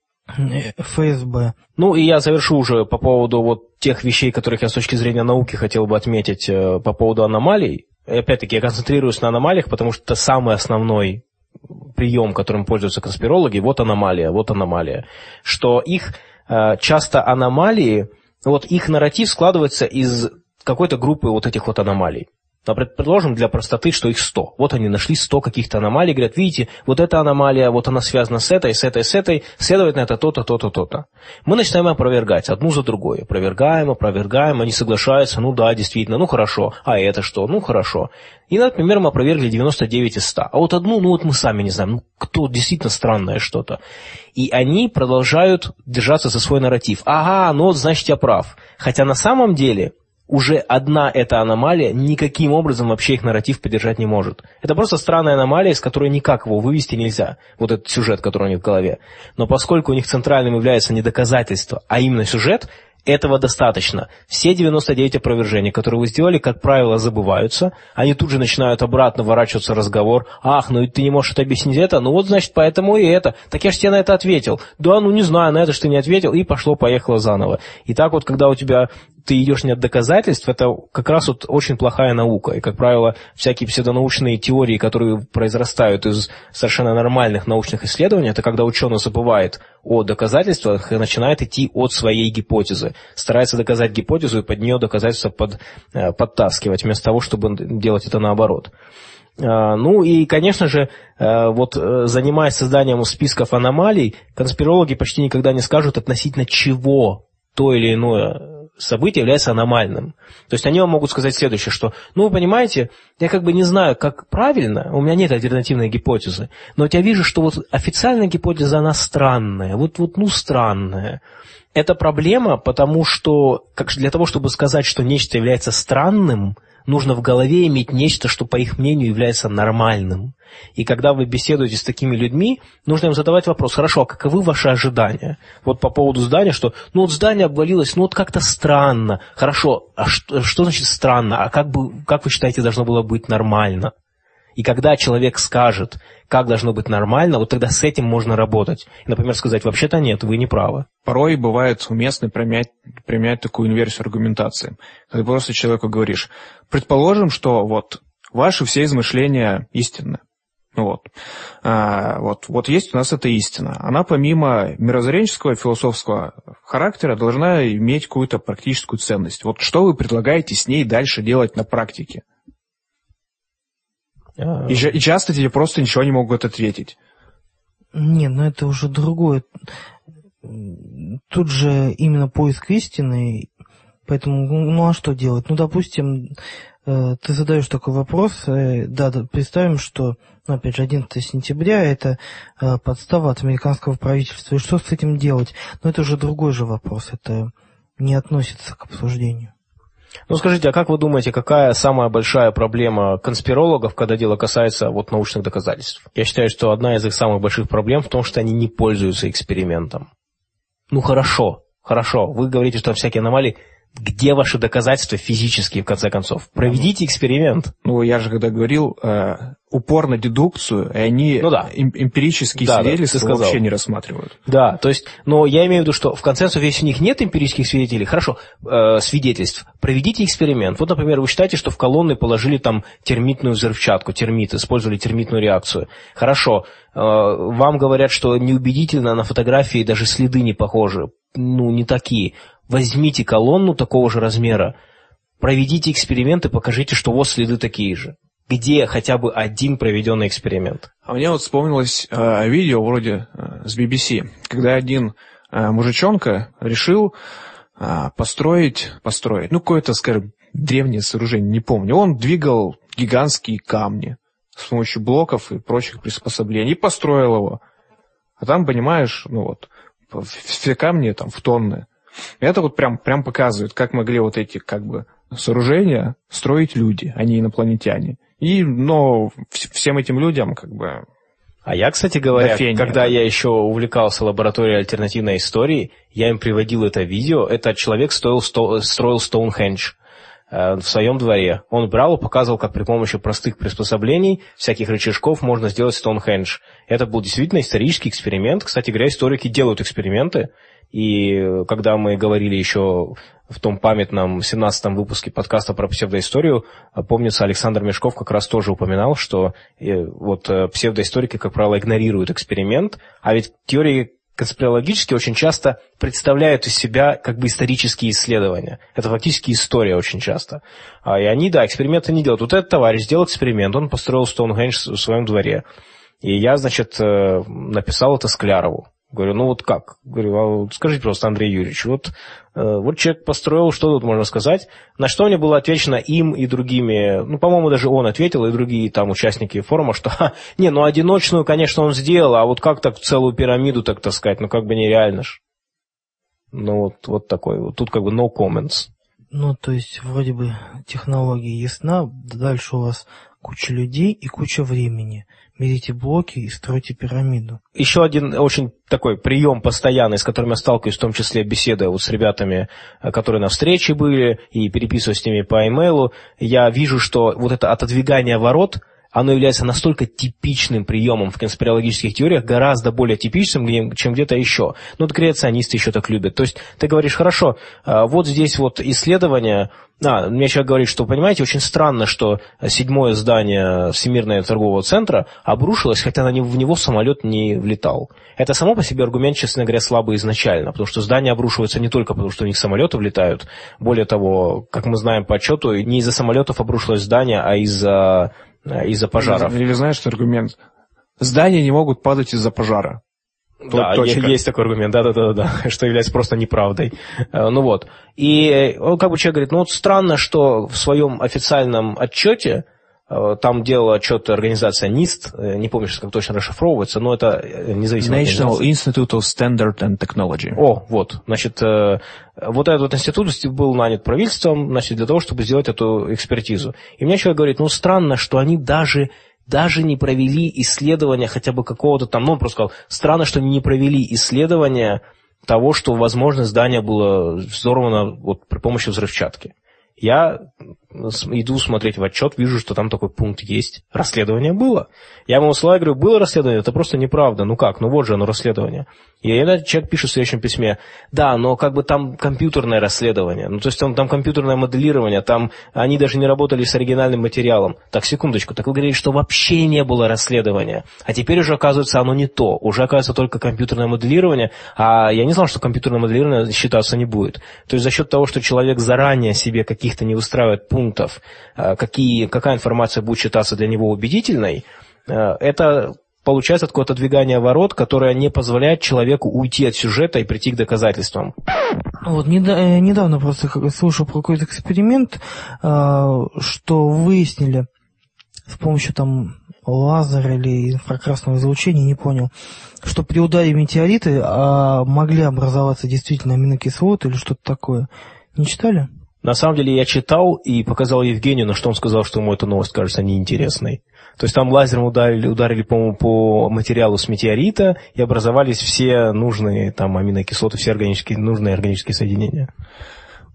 эф эс бэ. Ну, и я завершу уже по поводу вот тех вещей, которых я с точки зрения науки хотел бы отметить э, по поводу аномалий. И опять-таки, я концентрируюсь на аномалиях, потому что это самый основной прием, которым пользуются конспирологи. Вот аномалия, вот аномалия. Что их э, часто аномалии, вот их нарратив складывается из какой-то группы вот этих вот аномалий. Но предположим для простоты, что их сто. Вот они нашли сто каких-то аномалий, говорят, видите, вот эта аномалия, вот она связана с этой, с этой, с этой, следовательно, это то-то, то-то, то-то. Мы начинаем опровергать одну за другой. Опровергаем, опровергаем, они соглашаются, ну да, действительно, ну хорошо. А это что? Ну хорошо. И, например, мы опровергли девяносто девять из ста. А вот одну, ну вот мы сами не знаем, ну кто, действительно странное что-то. И они продолжают держаться за свой нарратив. Ага, ну вот значит я прав. Хотя на самом деле уже одна эта аномалия никаким образом вообще их нарратив поддержать не может. Это просто странная аномалия, из которой никак его вывести нельзя. Вот этот сюжет, который у них в голове. Но поскольку у них центральным является не доказательство, а именно сюжет, этого достаточно. Все девяносто девять опровержений, которые вы сделали, как правило, забываются. Они тут же начинают обратно ворачиваться разговор. Ах, ну ты не можешь это объяснить это? Ну вот, значит, поэтому и это. Так я же тебе на это ответил. Да, ну не знаю, на это же ты не ответил. И пошло-поехало заново. И так вот, когда у тебя ты идешь не от доказательств, это как раз вот очень плохая наука. И, как правило, всякие псевдонаучные теории, которые произрастают из совершенно нормальных научных исследований, это когда ученый забывает о доказательствах и начинает идти от своей гипотезы. Старается доказать гипотезу и под нее доказательства под, подтаскивать, вместо того, чтобы делать это наоборот. Ну и, конечно же, вот занимаясь созданием списков аномалий, конспирологи почти никогда не скажут, относительно чего то или иное событие является аномальным. То есть они вам могут сказать следующее, что, ну, вы понимаете, я как бы не знаю, как правильно, у меня нет альтернативной гипотезы, но вот я вижу, что вот официальная гипотеза, она странная, вот, вот ну, странная. Это проблема, потому что как для того, чтобы сказать, что нечто является странным, нужно в голове иметь нечто, что, по их мнению, является нормальным. И когда вы беседуете с такими людьми, нужно им задавать вопрос, хорошо, а каковы ваши ожидания? Вот по поводу здания, что, ну вот здание обвалилось, ну вот как-то странно. Хорошо, а что, что значит странно? А как бы, как вы считаете, должно было быть нормально? И когда человек скажет, как должно быть нормально, вот тогда с этим можно работать. Например, сказать, вообще-то нет, вы не правы. Порой бывает уместно применять, применять такую инверсию аргументации. Когда просто человеку говоришь, предположим, что вот ваши все измышления истинны. Вот. А, вот, вот есть у нас эта истина. Она помимо мирозренческого философского характера должна иметь какую-то практическую ценность. Вот что вы предлагаете с ней дальше делать на практике? И, и часто тебе просто ничего не могут ответить. Нет, ну это уже другое. Тут же именно поиск истины, поэтому, ну а что делать? Ну, допустим, ты задаешь такой вопрос, да, да, представим, что, ну, опять же, одиннадцатого сентября это подстава от американского правительства, и что с этим делать? Но это уже другой же вопрос, это не относится к обсуждению. Ну, скажите, а как вы думаете, какая самая большая проблема конспирологов, когда дело касается вот научных доказательств? Я считаю, что одна из их самых больших проблем в том, что они не пользуются экспериментом. Ну, хорошо, хорошо, вы говорите, что всякие аномалии, Где ваши доказательства физические, в конце концов? Проведите эксперимент. Ну, я же когда говорил, э, упор на дедукцию, и они ну, да. эм, эмпирические да, свидетельства да, вообще не рассматривают. Да, то есть, но я имею в виду, что в конце концов, если у них нет эмпирических свидетелей, хорошо, э, свидетельств, проведите эксперимент. Вот, например, вы считаете, что в колонны положили там термитную взрывчатку, термит, использовали термитную реакцию. Хорошо, э, вам говорят, что неубедительно, на фотографии даже следы не похожи, ну, не такие. Возьмите колонну такого же размера, проведите эксперимент и покажите, что вот следы такие же. Где хотя бы один проведенный эксперимент? А мне вот вспомнилось э, видео вроде э, с би би си, когда один э, мужичонка решил э, построить, построить, ну, какое-то, скажем, древнее сооружение, не помню. Он двигал гигантские камни с помощью блоков и прочих приспособлений и построил его. А там, понимаешь, ну вот, все камни там в тонны. Это вот прям, прям показывает, как могли вот эти как бы сооружения строить люди, а не инопланетяне. И, но всем этим людям как бы... А я, кстати говоря, когда я еще увлекался лабораторией альтернативной истории, я им приводил это видео. Этот человек строил, строил Стоунхендж в своем дворе. Он брал и показывал, как при помощи простых приспособлений, всяких рычажков можно сделать Стоунхендж. Это был действительно исторический эксперимент. Кстати говоря, историки делают эксперименты. И когда мы говорили еще в том памятном семнадцатом выпуске подкаста про псевдоисторию, помнится, Александр Мешков как раз тоже упоминал, что вот псевдоисторики, как правило, игнорируют эксперимент, а ведь теории конспирологические очень часто представляют из себя как бы исторические исследования. Это фактически история очень часто. И они, да, эксперименты не делают. Вот этот товарищ сделал эксперимент, он построил Стоунхендж в своем дворе. И я, значит, написал это Склярову. Говорю, ну вот как? Говорю, а вот скажите просто, Андрей Юрьевич, вот, э, вот человек построил, что тут можно сказать? На что мне было отвечено им и другими, ну, по-моему, даже он ответил, и другие там участники форума, что, ха, не, ну, одиночную, конечно, он сделал, а вот как так целую пирамиду, так сказать, ну, как бы нереально ж. Ну, вот, вот такой вот, тут как бы no comments. Ну, то есть, вроде бы технология ясна, дальше у вас куча людей и куча времени. Берите блоки и стройте пирамиду. Еще один очень такой прием постоянный, с которым я сталкиваюсь, в том числе беседуя вот с ребятами, которые на встрече были, и переписываясь с ними по имейлу, я вижу, что вот это отодвигание ворот, оно является настолько типичным приемом в конспирологических теориях, гораздо более типичным, чем где-то еще. Ну, вот креационисты еще так любят. То есть ты говоришь, хорошо, вот здесь вот исследование... А, мне человек говорит, что, понимаете, очень странно, что седьмое здание Всемирного торгового центра обрушилось, хотя на него, в него самолет не влетал. Это само по себе аргумент, честно говоря, слабый изначально, потому что здания обрушиваются не только потому, что у них самолеты влетают. Более того, как мы знаем по отчету, не из-за самолетов обрушилось здание, а из-за, из-за пожаров. Или, или знаешь, что аргумент? Здания не могут падать из-за пожара. Да, точка. Есть такой аргумент, да-да-да, что является просто неправдой. Ну вот. И как бы человек говорит, ну вот странно, что в своем официальном отчете, там делала отчет организация нист, не помню, как точно расшифровывается, но это независимая National Institute of Standard and Technology. О, вот, значит, вот этот вот институт был нанят правительством, значит, для того, чтобы сделать эту экспертизу. И мне человек говорит, ну странно, что они даже... даже не провели исследования хотя бы какого-то там, ну, он просто сказал, странно, что они не провели исследования того, что, возможно, здание было взорвано вот при помощи взрывчатки. Я иду смотреть в отчет, вижу, что там такой пункт есть. Расследование было. Я ему слова говорю, было расследование, это просто неправда. Ну как, ну вот же оно расследование. И этот человек пишет в следующем письме, да, но как бы там компьютерное расследование. Ну то есть там, там компьютерное моделирование, там они даже не работали с оригинальным материалом. Так, секундочку, так вы говорите, что вообще не было расследования. А теперь уже оказывается оно не то. Уже оказывается только компьютерное моделирование. А я не знал, что компьютерное моделирование считаться не будет. То есть за счет того, что человек заранее себе каких-то не выстраивает пунктов, какие, какая информация будет считаться для него убедительной, это получается такое отодвигание ворот, которое не позволяет человеку уйти от сюжета и прийти к доказательствам. Вот недавно просто слушал про какой-то эксперимент, что выяснили с помощью там лазера или инфракрасного излучения, не понял, что при ударе метеориты могли образоваться действительно аминокислоты или что-то такое. Не читали? На самом деле я читал и показал Евгению, на что он сказал, что ему эта новость кажется неинтересной. То есть там лазером ударили, ударили, по-моему, по материалу с метеорита, и образовались все нужные там аминокислоты, все органические, нужные органические соединения.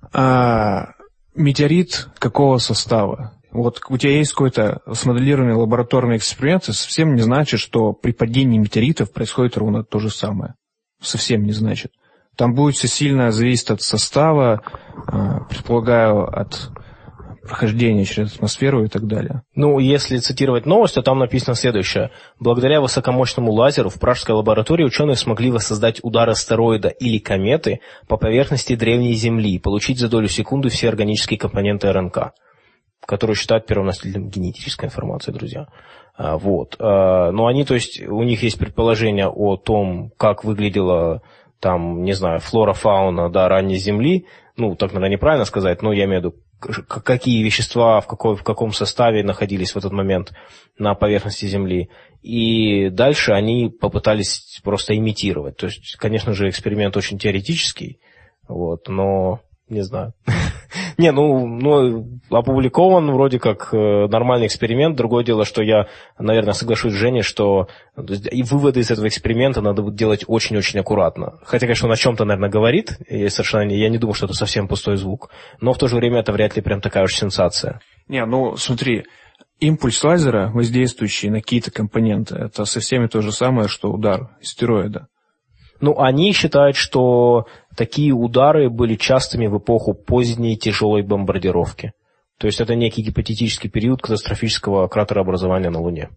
А, метеорит какого состава? Вот у тебя есть какой-то смоделированный лабораторный эксперимент, и совсем не значит, что при падении метеоритов происходит ровно то же самое. Совсем не значит. Там будет все сильно зависеть от состава, предполагаю, от прохождения через атмосферу и так далее. Ну, если цитировать новость, то там написано следующее. Благодаря высокомощному лазеру в пражской лаборатории ученые смогли воссоздать удар астероида или кометы по поверхности древней Земли и получить за долю секунды все органические компоненты РНК, которую считают первоносителем генетической информации, друзья. А, вот. А, но они, то есть, у них есть предположение о том, как выглядела там, не знаю, флора, фауна, да, ранней Земли. Ну, так, наверное, неправильно сказать, но я имею в виду, какие вещества в, какой, в каком составе находились в этот момент на поверхности Земли. И дальше они попытались просто имитировать. То есть, конечно же, эксперимент очень теоретический, вот, но не знаю. Не, ну, ну, опубликован вроде как нормальный эксперимент. Другое дело, что я, наверное, соглашусь с Женей, что и выводы из этого эксперимента надо будет делать очень-очень аккуратно. Хотя, конечно, он о чем-то, наверное, говорит. Я совершенно не, я не думаю, что это совсем пустой звук. Но в то же время это вряд ли прям такая уж сенсация. Не, ну, смотри, импульс лазера, воздействующий на какие-то компоненты, это совсем то же самое, что удар астероида. Ну, они считают, что такие удары были частыми в эпоху поздней тяжелой бомбардировки. То есть это некий гипотетический период катастрофического кратерообразования на Луне.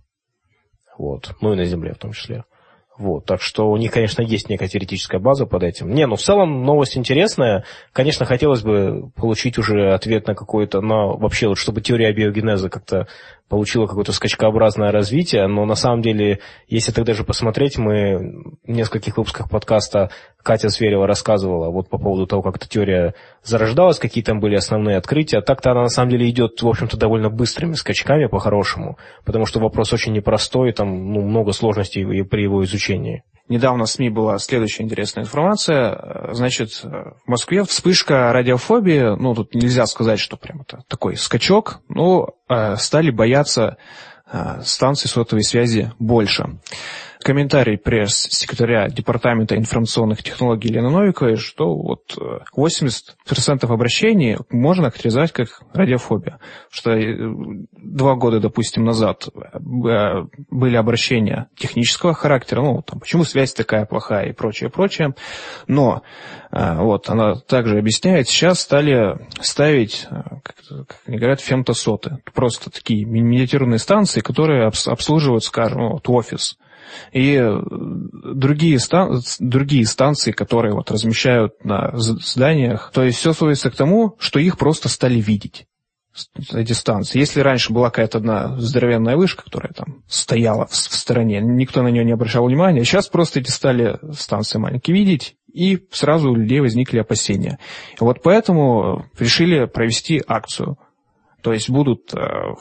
Вот. Ну и на Земле в том числе. Вот. Так что у них, конечно, есть некая теоретическая база под этим. Не, ну в целом новость интересная. Конечно, хотелось бы получить уже ответ на какой-то, на вообще вот чтобы теория биогенеза как-то получила какое-то скачкообразное развитие, но на самом деле, если тогда же посмотреть, мы в нескольких выпусках подкаста Катя Зверева рассказывала вот по поводу того, как эта теория зарождалась, какие там были основные открытия. Так-то она на самом деле идет, в общем-то, довольно быстрыми скачками по-хорошему, потому что вопрос очень непростой, там ну, много сложностей при его изучении. Недавно в СМИ была следующая интересная информация. Значит, в Москве вспышка радиофобии, ну, тут нельзя сказать, что прям это такой скачок, но э, стали бояться э, станций сотовой связи больше. Комментарий пресс-секретаря Департамента информационных технологий Елены Новиковой, что вот восемьдесят процентов обращений можно характеризовать как радиофобия. Что два года, допустим, назад были обращения технического характера, ну, там, почему связь такая плохая и прочее, прочее. Но, вот, она также объясняет, сейчас стали ставить, как, как они говорят, фемтосоты. Просто такие миниатюрные станции, которые обслуживают, скажем, вот, офис. И другие, стан- другие станции, которые вот размещают на зданиях, то есть все сводится к тому, что их просто стали видеть, эти станции. Если раньше была какая-то одна здоровенная вышка, которая там стояла в, в стороне, никто на нее не обращал внимания, сейчас просто эти стали станции маленькие видеть, и сразу у людей возникли опасения. И вот поэтому решили провести акцию. То есть будут э,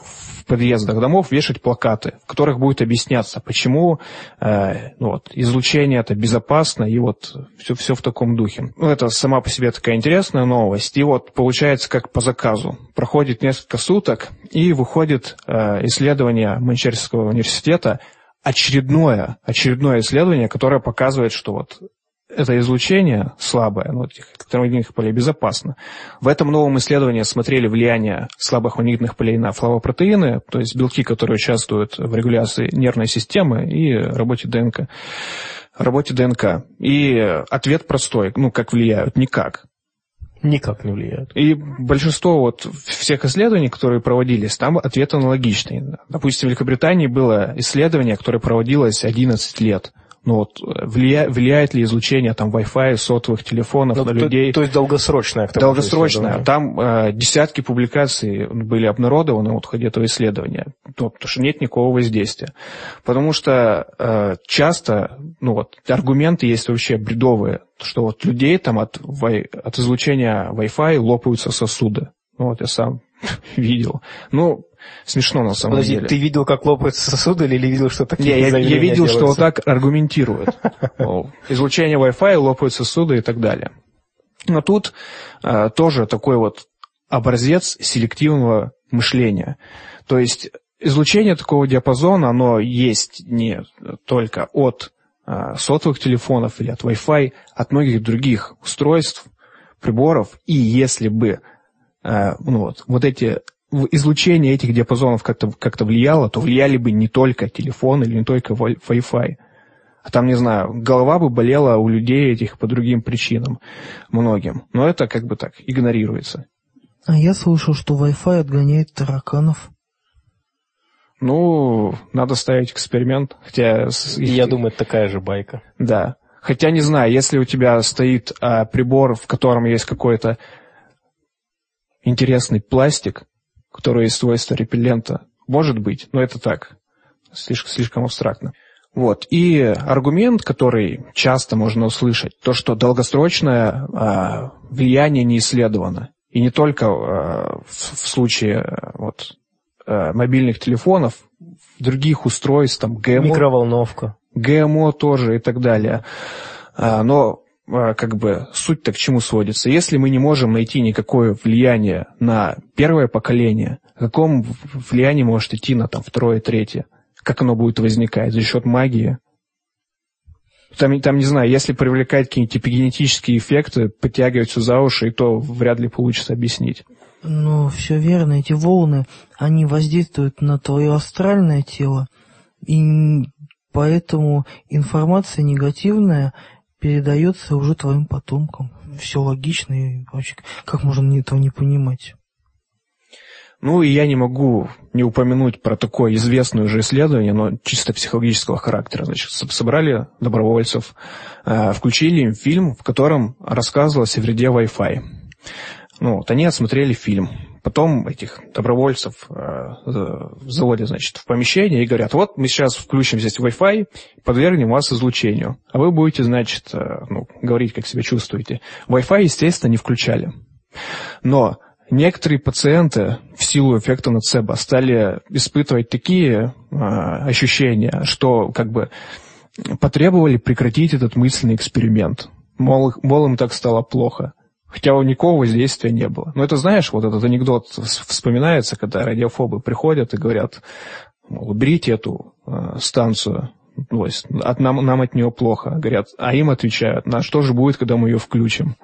в подъездах домов вешать плакаты, в которых будет объясняться, почему э, ну вот, излучение это безопасно, и вот все, все в таком духе. Ну, это сама по себе такая интересная новость. И вот получается как по заказу. Проходит несколько суток, и выходит э, исследование Манчестерского университета, очередное, очередное исследование, которое показывает, что вот это излучение слабое, ну, этих электромагнитных полей безопасно. В этом новом исследовании смотрели влияние слабых магнитных полей на флавопротеины, то есть белки, которые участвуют в регуляции нервной системы и работе ДНК. Работе ДНК. И ответ простой. Ну, как влияют? Никак. Никак не влияют. И большинство вот всех исследований, которые проводились, там ответ аналогичный. Допустим, в Великобритании было исследование, которое проводилось одиннадцать лет. Ну вот, влия, влияет ли излучение там Wi-Fi, сотовых телефонов ну, на то, людей? То есть долгосрочное. Долгосрочное. Там э, десятки публикаций были обнародованы вот в ходе этого исследования. Ну, потому что нет никакого воздействия. Потому что э, часто, ну вот, аргументы есть вообще бредовые, что вот людей там от, от излучения Wi-Fi лопаются сосуды. Ну вот я сам видел. Ну, смешно на самом Подожди, деле. Ты видел, как лопаются сосуды, или видел, что такие Не, я, я видел, делаются? что вот так аргументируют. Излучение Wi-Fi, лопают сосуды и так далее. Но тут а, тоже такой вот образец селективного мышления. То есть излучение такого диапазона, оно есть не только от а, сотовых телефонов или от Wi-Fi, от многих других устройств. приборов, и если бы э, ну вот, вот эти излучение этих диапазонов как-то, как-то влияло, то влияли бы не только телефон или не только Wi-Fi. А там, не знаю, голова бы болела у людей этих по другим причинам многим. Но это как бы так игнорируется. А я слышал, что Wi-Fi отгоняет тараканов. Ну, надо ставить эксперимент. Хотя... Я думаю, это такая же байка. Да. Хотя, не знаю, если у тебя стоит а, прибор, в котором есть какой-то интересный пластик, который есть свойства репеллента, может быть, но это так, слишком, слишком абстрактно. Вот. И аргумент, который часто можно услышать, то, что долгосрочное а, влияние не исследовано. И не только а, в, в случае а, вот, а, мобильных телефонов, других устройств, там, ГМО. Микроволновка. ГМО тоже и так далее. А, но а, как бы суть-то к чему сводится? Если мы не можем найти никакое влияние на первое поколение, о каком влиянии может идти на там, второе, третье? Как оно будет возникать? За счет магии? Там, там, не знаю, если привлекать какие-нибудь эпигенетические эффекты, подтягивать все за уши, и то вряд ли получится объяснить. Ну, все верно. Эти волны, они воздействуют на твое астральное тело, и поэтому информация негативная передается уже твоим потомкам. Все логично, и вообще, как можно этого не понимать? Ну, и я не могу не упомянуть про такое известное уже исследование, но чисто психологического характера. Значит, собрали добровольцев, включили им фильм, в котором рассказывалось о вреде Wi-Fi. Ну, вот они отсмотрели фильм. Потом этих добровольцев заводят, значит, в помещение и говорят, вот мы сейчас включим здесь Wi-Fi, подвергнем вас излучению. А вы будете, значит, ну, говорить, как себя чувствуете. Wi-Fi, естественно, не включали. Но некоторые пациенты в силу эффекта ноцебо стали испытывать такие а, ощущения, что как бы потребовали прекратить этот мысленный эксперимент. Мол, мол, им так стало плохо. Хотя у никакого воздействия не было. Но это, знаешь, вот этот анекдот вспоминается, когда радиофобы приходят и говорят, мол, уберите эту э, станцию, то есть, от, нам, нам от нее плохо. Говорят, а им отвечают, на что же будет, когда мы ее включим?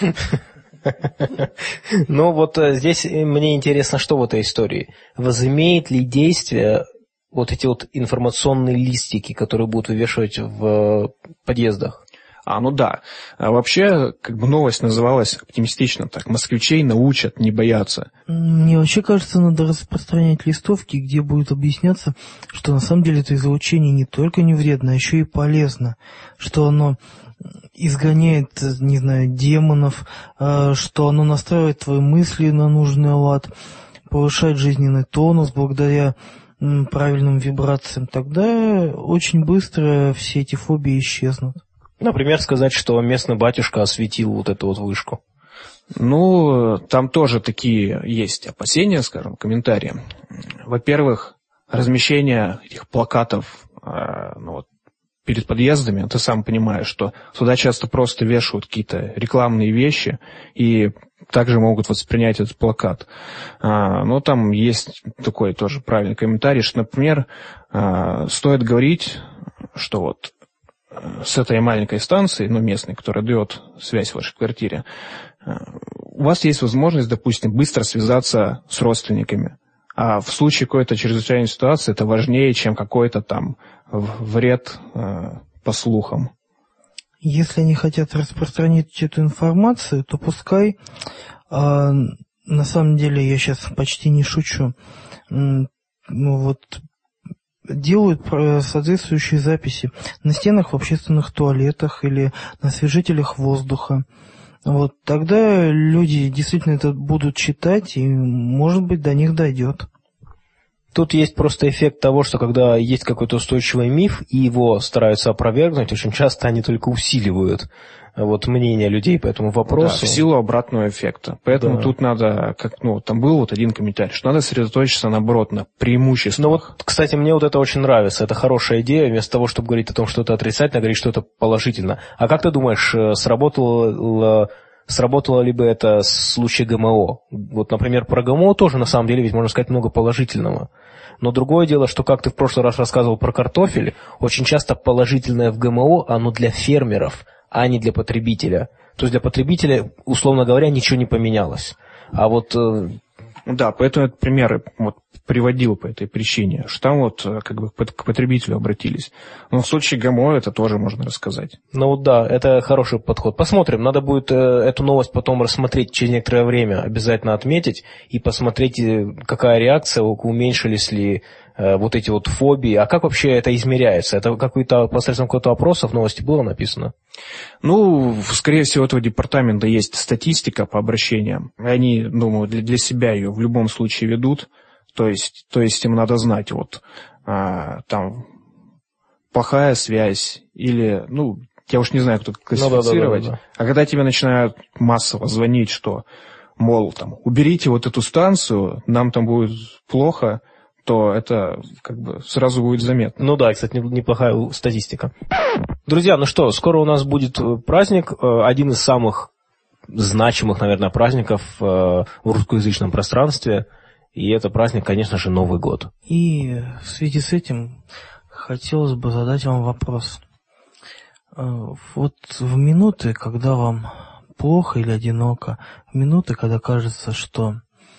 Ну вот здесь мне интересно, что в этой истории. Возымеет ли действие вот эти вот информационные листики, которые будут вывешивать в подъездах? А, ну да. А вообще, как бы новость называлась оптимистично так. Москвичей научат не бояться. Мне вообще кажется, надо распространять листовки, где будет объясняться, что на самом деле это излучение не только не вредно, а еще и полезно. Что оно изгоняет, не знаю, демонов, что оно настраивает твои мысли на нужный лад, повышает жизненный тонус благодаря правильным вибрациям. Тогда очень быстро все эти фобии исчезнут. Например, сказать, что местный батюшка осветил вот эту вот вышку. Ну, там тоже такие есть опасения, скажем, комментарии. Во-первых, размещение этих плакатов ну, вот, перед подъездами, ты сам понимаешь, что сюда часто просто вешают какие-то рекламные вещи и также могут воспринять этот плакат. А, но там есть такой тоже правильный комментарий, что, например, а, стоит говорить, что вот с этой маленькой станцией, ну, местной, которая дает связь в вашей квартире, у вас есть возможность, допустим, быстро связаться с родственниками. А в случае какой-то чрезвычайной ситуации это важнее, чем какой-то там вред э, по слухам. Если они хотят распространить эту информацию, то пускай, э, на самом деле, я сейчас почти не шучу, э, ну вот, делают соответствующие записи на стенах в общественных туалетах или на освежителях воздуха. Вот тогда люди действительно это будут читать, и, может быть, до них дойдет. Тут есть просто эффект того, что когда есть какой-то устойчивый миф, и его стараются опровергнуть, очень часто они только усиливают вот, мнение людей по этому вопросу. Да, в силу обратного эффекта. Поэтому да. Тут надо, как, ну, там был вот один комментарий, что надо сосредоточиться, наоборот, на преимуществах. Ну вот, кстати, мне вот это очень нравится. Это хорошая идея, вместо того, чтобы говорить о том, что это отрицательно, говорить, что это положительно. А как ты думаешь, сработало... Сработало ли бы это в случае ГМО? Вот, например, про ГМО тоже, на самом деле, ведь можно сказать много положительного. Но другое дело, что, как ты в прошлый раз рассказывал про картофель, очень часто положительное в ГМО, оно для фермеров, а не для потребителя. То есть для потребителя, условно говоря, ничего не поменялось. А вот... Да, поэтому этот пример вот приводил по этой причине, что там вот как бы к потребителю обратились. Но в случае ГМО это тоже можно рассказать. Ну вот да, это хороший подход. Посмотрим, надо будет э, эту новость потом рассмотреть через некоторое время, обязательно отметить и посмотреть, какая реакция, уменьшились ли э, вот эти вот фобии. А как вообще это измеряется? Это какой-то посредством какого-то опроса в новости было написано? Ну, скорее всего, у этого департамента есть статистика по обращениям. Они, думаю, для, для себя ее в любом случае ведут. То есть, то есть им надо знать, вот, а, там, плохая связь или, ну, я уж не знаю, кто классифицировать. Ну, да, да, да, да. А когда тебе начинают массово звонить, что, мол, там, уберите вот эту станцию, нам там будет плохо, то это как бы сразу будет заметно. Ну да, кстати, неплохая статистика. Друзья, ну что, скоро у нас будет праздник, один из самых значимых, наверное, праздников в русскоязычном пространстве. И это праздник, конечно же, Новый год. И в связи с этим хотелось бы задать вам вопрос. Вот в минуты, когда вам плохо или одиноко, в минуты, когда кажется, что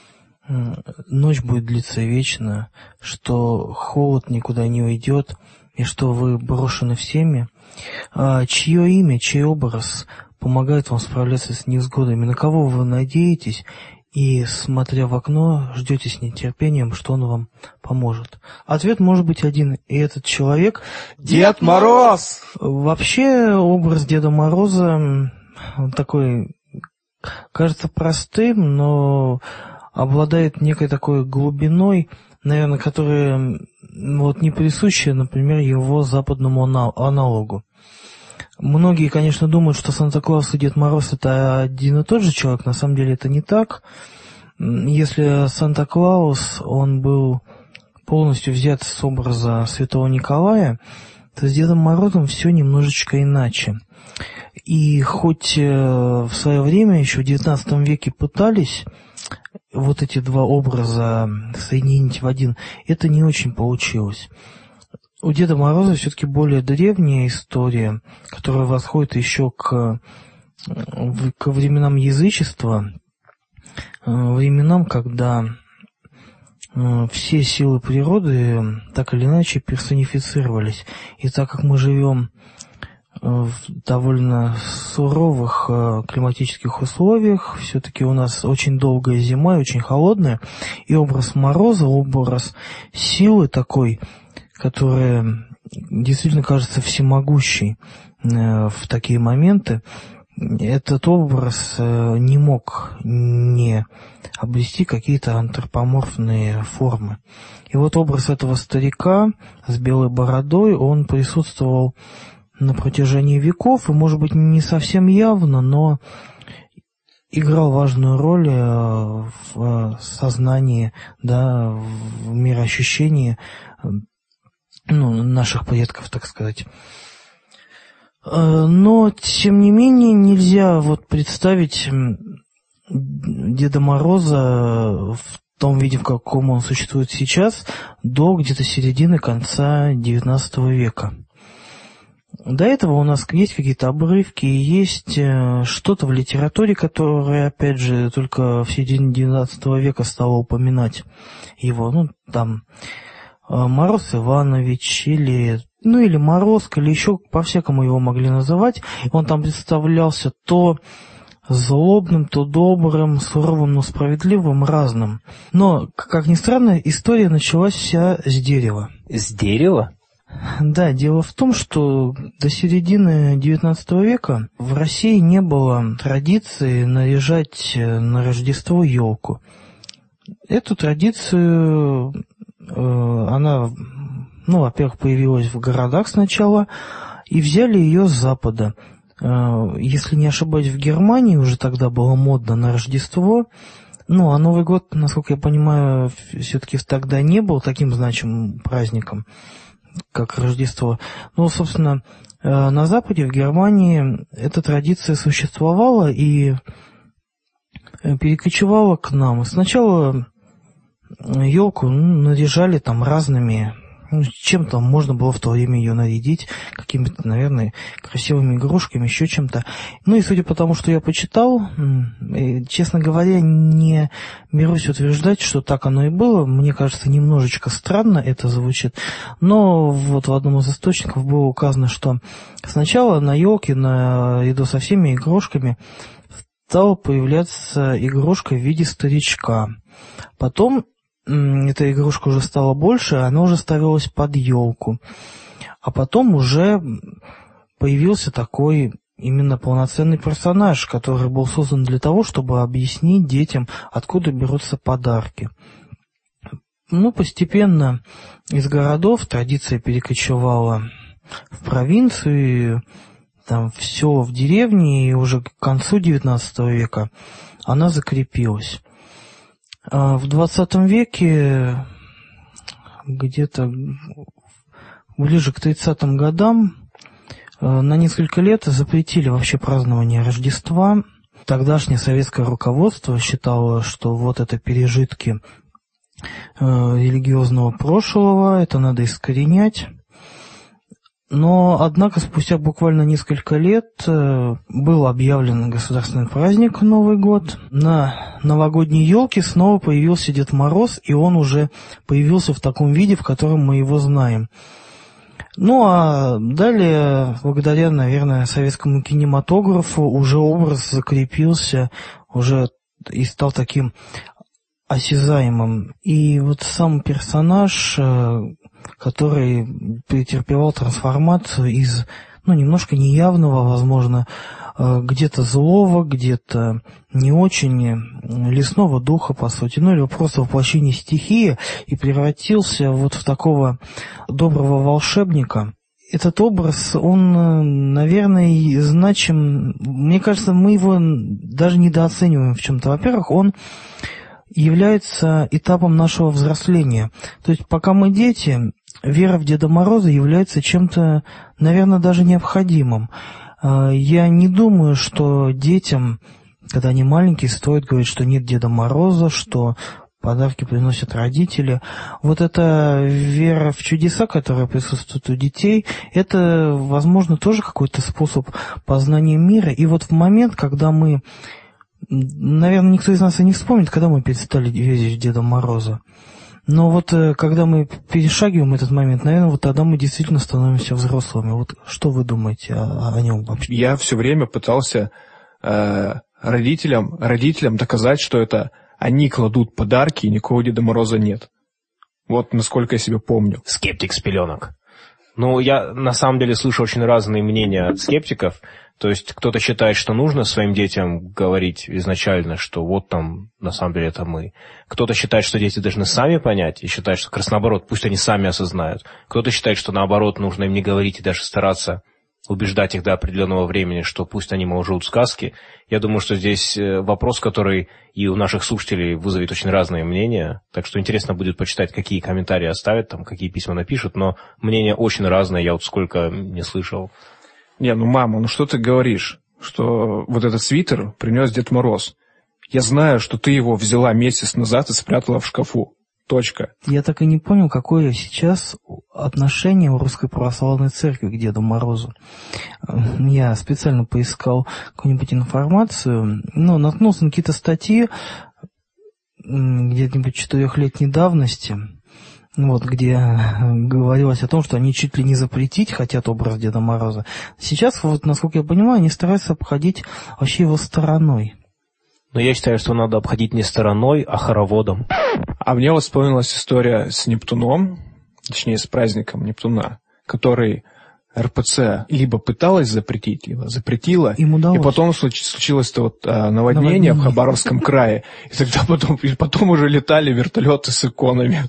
ночь будет длиться вечно, что холод никуда не уйдет, и что вы брошены всеми, чье имя, чей образ помогает вам справляться с невзгодами, на кого вы надеетесь, и, смотря в окно, ждете с нетерпением, что он вам поможет. Ответ может быть один, и этот человек... Дед Мороз! Вообще, образ Деда Мороза такой, кажется простым, но обладает некой такой глубиной, наверное, которая вот не присуща, например, его западному аналогу. Многие, конечно, думают, что Санта-Клаус и Дед Мороз – это один и тот же человек. На самом деле это не так. Если Санта-Клаус, он был полностью взят с образа Святого Николая, то с Дедом Морозом все немножечко иначе. И хоть в свое время, еще в девятнадцатом веке, пытались вот эти два образа соединить в один, это не очень получилось. У Деда Мороза все-таки более древняя история, которая восходит еще к, к временам язычества, временам, когда все силы природы так или иначе персонифицировались. И так как мы живем в довольно суровых климатических условиях, все-таки у нас очень долгая зима и очень холодная, и образ Мороза, образ силы такой, которая действительно кажется всемогущей в такие моменты, этот образ не мог не обрести какие-то антропоморфные формы. И вот образ этого старика с белой бородой, он присутствовал на протяжении веков, и, может быть, не совсем явно, но играл важную роль в сознании, да, в мироощущении, ну, наших предков, так сказать. Но, тем не менее, нельзя вот представить Деда Мороза в том виде, в каком он существует сейчас, до где-то середины, конца девятнадцатого века. До этого у нас есть какие-то обрывки, есть что-то в литературе, которое, опять же, только в середине девятнадцатого века стало упоминать его. Ну, там... Мороз Иванович, или, ну, или Морозко, или еще по-всякому его могли называть. Он там представлялся то злобным, то добрым, суровым, но справедливым, разным. Но, как ни странно, история началась вся с дерева. С дерева? Да, дело в том, что до середины девятнадцатого века в России не было традиции наряжать на Рождество елку. Эту традицию... Она, ну, во-первых, появилась в городах сначала, и взяли ее с Запада. Если не ошибаюсь, в Германии уже тогда было модно на Рождество. Ну, а Новый год, насколько я понимаю, все-таки тогда не был таким значимым праздником, как Рождество. Ну, собственно, на Западе, в Германии, эта традиция существовала и перекочевала к нам. Сначала елку наряжали там разными Ну, чем-то можно было в то время ее нарядить, какими-то, наверное, красивыми игрушками, еще чем-то. Ну и судя по тому, что я почитал, честно говоря, не берусь утверждать, что так оно и было. Мне кажется, немножечко странно это звучит. Но вот в одном из источников было указано, что сначала на елке, наряду со всеми игрушками, стала появляться игрушка в виде старичка. Потом эта игрушка уже стала больше, она уже ставилась под елку. А потом уже появился такой именно полноценный персонаж, который был создан для того, чтобы объяснить детям, откуда берутся подарки. Ну, постепенно из городов традиция перекочевала в провинцию, там все в деревне, и уже к концу девятнадцатого века она закрепилась. В двадцатом веке, где-то ближе к тридцатым годам, на несколько лет запретили вообще празднование Рождества. Тогдашнее советское руководство считало, что вот это пережитки религиозного прошлого, это надо искоренять. Но, однако, спустя буквально несколько лет был объявлен государственный праздник Новый год. На новогодней елке снова появился Дед Мороз, и он уже появился в таком виде, в котором мы его знаем. Ну, а далее, благодаря, наверное, советскому кинематографу, уже образ закрепился, уже и стал таким осязаемым. И вот сам персонаж, который претерпевал трансформацию из, ну, немножко неявного, возможно, где-то злого, где-то не очень лесного духа, по сути, ну, или просто воплощение стихии, и превратился вот в такого доброго волшебника. Этот образ, он, наверное, значим. Мне кажется, мы его даже недооцениваем в чем-то. Во-первых, он является этапом нашего взросления. То есть, пока мы дети, вера в Деда Мороза является чем-то, наверное, даже необходимым. Я не думаю, что детям, когда они маленькие, стоит говорить, что нет Деда Мороза, что подарки приносят родители. Вот эта вера в чудеса, которая присутствует у детей, это, возможно, тоже какой-то способ познания мира. И вот в момент, когда мы, наверное, никто из нас и не вспомнит, когда мы перестали верить в Деда Мороза. Но вот когда мы перешагиваем этот момент, наверное, вот тогда мы действительно становимся взрослыми. Вот что вы думаете о, о нем вообще? Я все время пытался э, родителям, родителям доказать, что это они кладут подарки, и никакого Деда Мороза нет. Вот насколько я себя помню. Скептик с пеленок. Ну, я на самом деле слышу очень разные мнения от скептиков. То есть кто-то считает, что нужно своим детям говорить изначально, что вот там, на самом деле, это мы. Кто-то считает, что дети должны сами понять, и считает, что как раз наоборот, пусть они сами осознают. Кто-то считает, что наоборот, нужно им не говорить и даже стараться убеждать их до определенного времени, что пусть они, мол, живут сказки. Я думаю, что здесь вопрос, который и у наших слушателей вызовет очень разные мнения. Так что интересно будет почитать, какие комментарии оставят, там, какие письма напишут. Но мнения очень разные, я вот сколько не слышал. Не, ну, мама, ну что ты говоришь, что вот этот свитер принес Дед Мороз? Я знаю, что ты его взяла месяц назад и спрятала в шкафу. Точка. Я так и не понял, какое сейчас отношение у Русской Православной Церкви к Деду Морозу. Я специально поискал какую-нибудь информацию, но наткнулся на какие-то статьи где-нибудь четырехлетней давности, вот, где говорилось о том, что они чуть ли не запретить хотят образ Деда Мороза. Сейчас, вот, насколько я понимаю, они стараются обходить вообще его стороной. Но я считаю, что надо обходить не стороной, а хороводом. А мне вот вспомнилась история с Нептуном, точнее, с праздником Нептуна, который эр пэ цэ либо пыталась запретить, либо запретила. Им удалось. И потом случилось-то вот а, наводнение, наводнение в Хабаровском крае. И тогда потом, и потом уже летали вертолеты с иконами.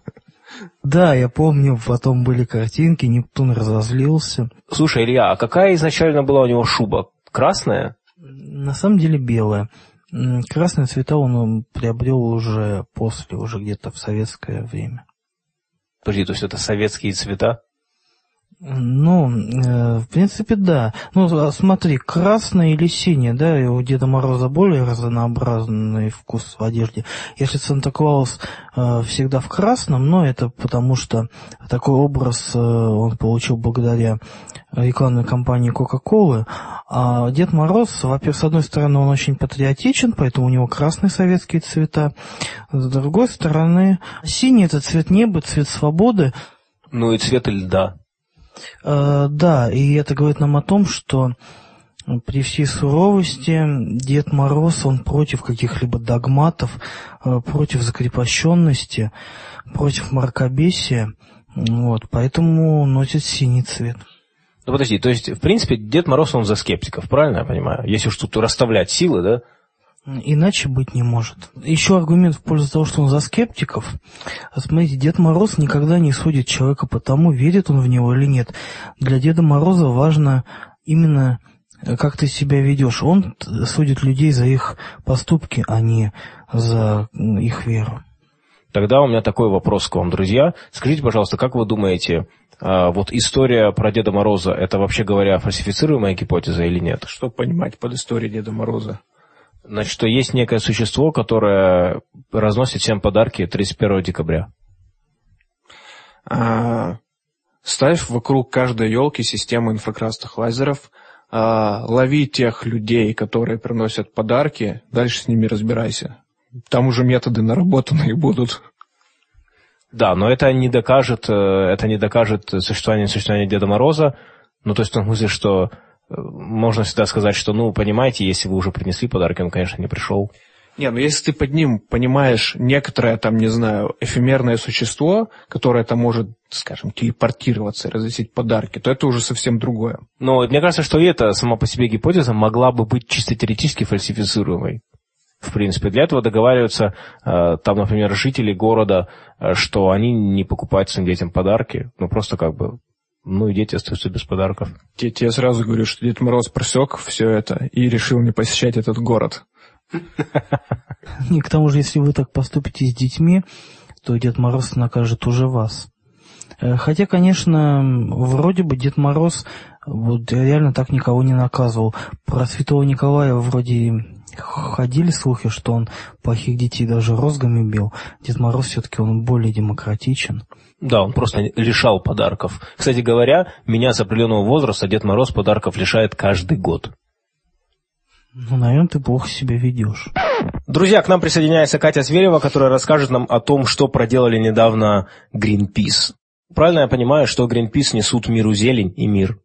Да, я помню, потом были картинки, Нептун разозлился. Слушай, Илья, а какая изначально была у него шуба? Красная? На самом деле белая. Красные цвета он приобрел уже после, уже где-то в советское время. Подожди, то есть это советские цвета? Ну, э, в принципе, да. Ну, смотри, красное или синее, да, и у Деда Мороза более разнообразный вкус в одежде. Если Санта-Клаус э, всегда в красном, но это потому что такой образ э, он получил благодаря рекламной кампании Кока-Колы. А Дед Мороз, во-первых, с одной стороны, он очень патриотичен, поэтому у него красные советские цвета. С другой стороны, синий — это цвет неба, цвет свободы. Ну и цвет льда. Uh, да, и это говорит нам о том, что при всей суровости Дед Мороз, он против каких-либо догматов, uh, против закрепощенности, против мракобесия, вот, поэтому носит синий цвет. Ну подожди, то есть, в принципе, Дед Мороз, он за скептиков, правильно я понимаю? Если уж тут расставлять силы, да? Иначе быть не может. Еще аргумент в пользу того, что он за скептиков. Смотрите, Дед Мороз никогда не судит человека по тому, верит он в него или нет. Для Деда Мороза важно именно, как ты себя ведешь. Он судит людей за их поступки, а не за их веру. Тогда у меня такой вопрос к вам, друзья. Скажите, пожалуйста, как вы думаете, вот история про Деда Мороза, это, вообще говоря, фальсифицируемая гипотеза или нет? Что понимать под историей Деда Мороза? Значит, что есть некое существо, которое разносит всем подарки тридцать первого декабря. А, ставь вокруг каждой елки систему инфракрасных лазеров, а, лови тех людей, которые приносят подарки, дальше с ними разбирайся. Там уже методы наработанные будут. Да, но это не докажет, это не докажет существование существования Деда Мороза. Ну, то есть в том смысле, что можно всегда сказать, что, ну, понимаете, если вы уже принесли подарки, он, конечно, не пришел. Не, ну если ты под ним понимаешь некоторое, там, не знаю, эфемерное существо, которое там может, скажем, телепортироваться и разносить подарки, то это уже совсем другое. Но мне кажется, что и эта сама по себе гипотеза могла бы быть чисто теоретически фальсифицируемой. В принципе, для этого договариваются, там, например, жители города, что они не покупают своим детям подарки, ну, просто как бы... Ну, и дети остаются без подарков. Я тебе сразу говорю, что Дед Мороз просек все это и решил не посещать этот город. И к тому же, если вы так поступите с детьми, то Дед Мороз накажет уже вас. Хотя, конечно, вроде бы Дед Мороз вот реально так никого не наказывал. Про Святого Николая вроде ходили слухи, что он плохих детей даже розгами бил. Дед Мороз все-таки он более демократичен. Да, он просто лишал подарков. Кстати говоря, меня с определенного возраста Дед Мороз подарков лишает каждый год. Ну, наверное, ты плохо себя ведешь. Друзья, к нам присоединяется Катя Зверева, которая расскажет нам о том, что проделали недавно Greenpeace. Правильно я понимаю, что Greenpeace несут миру зелень и мир?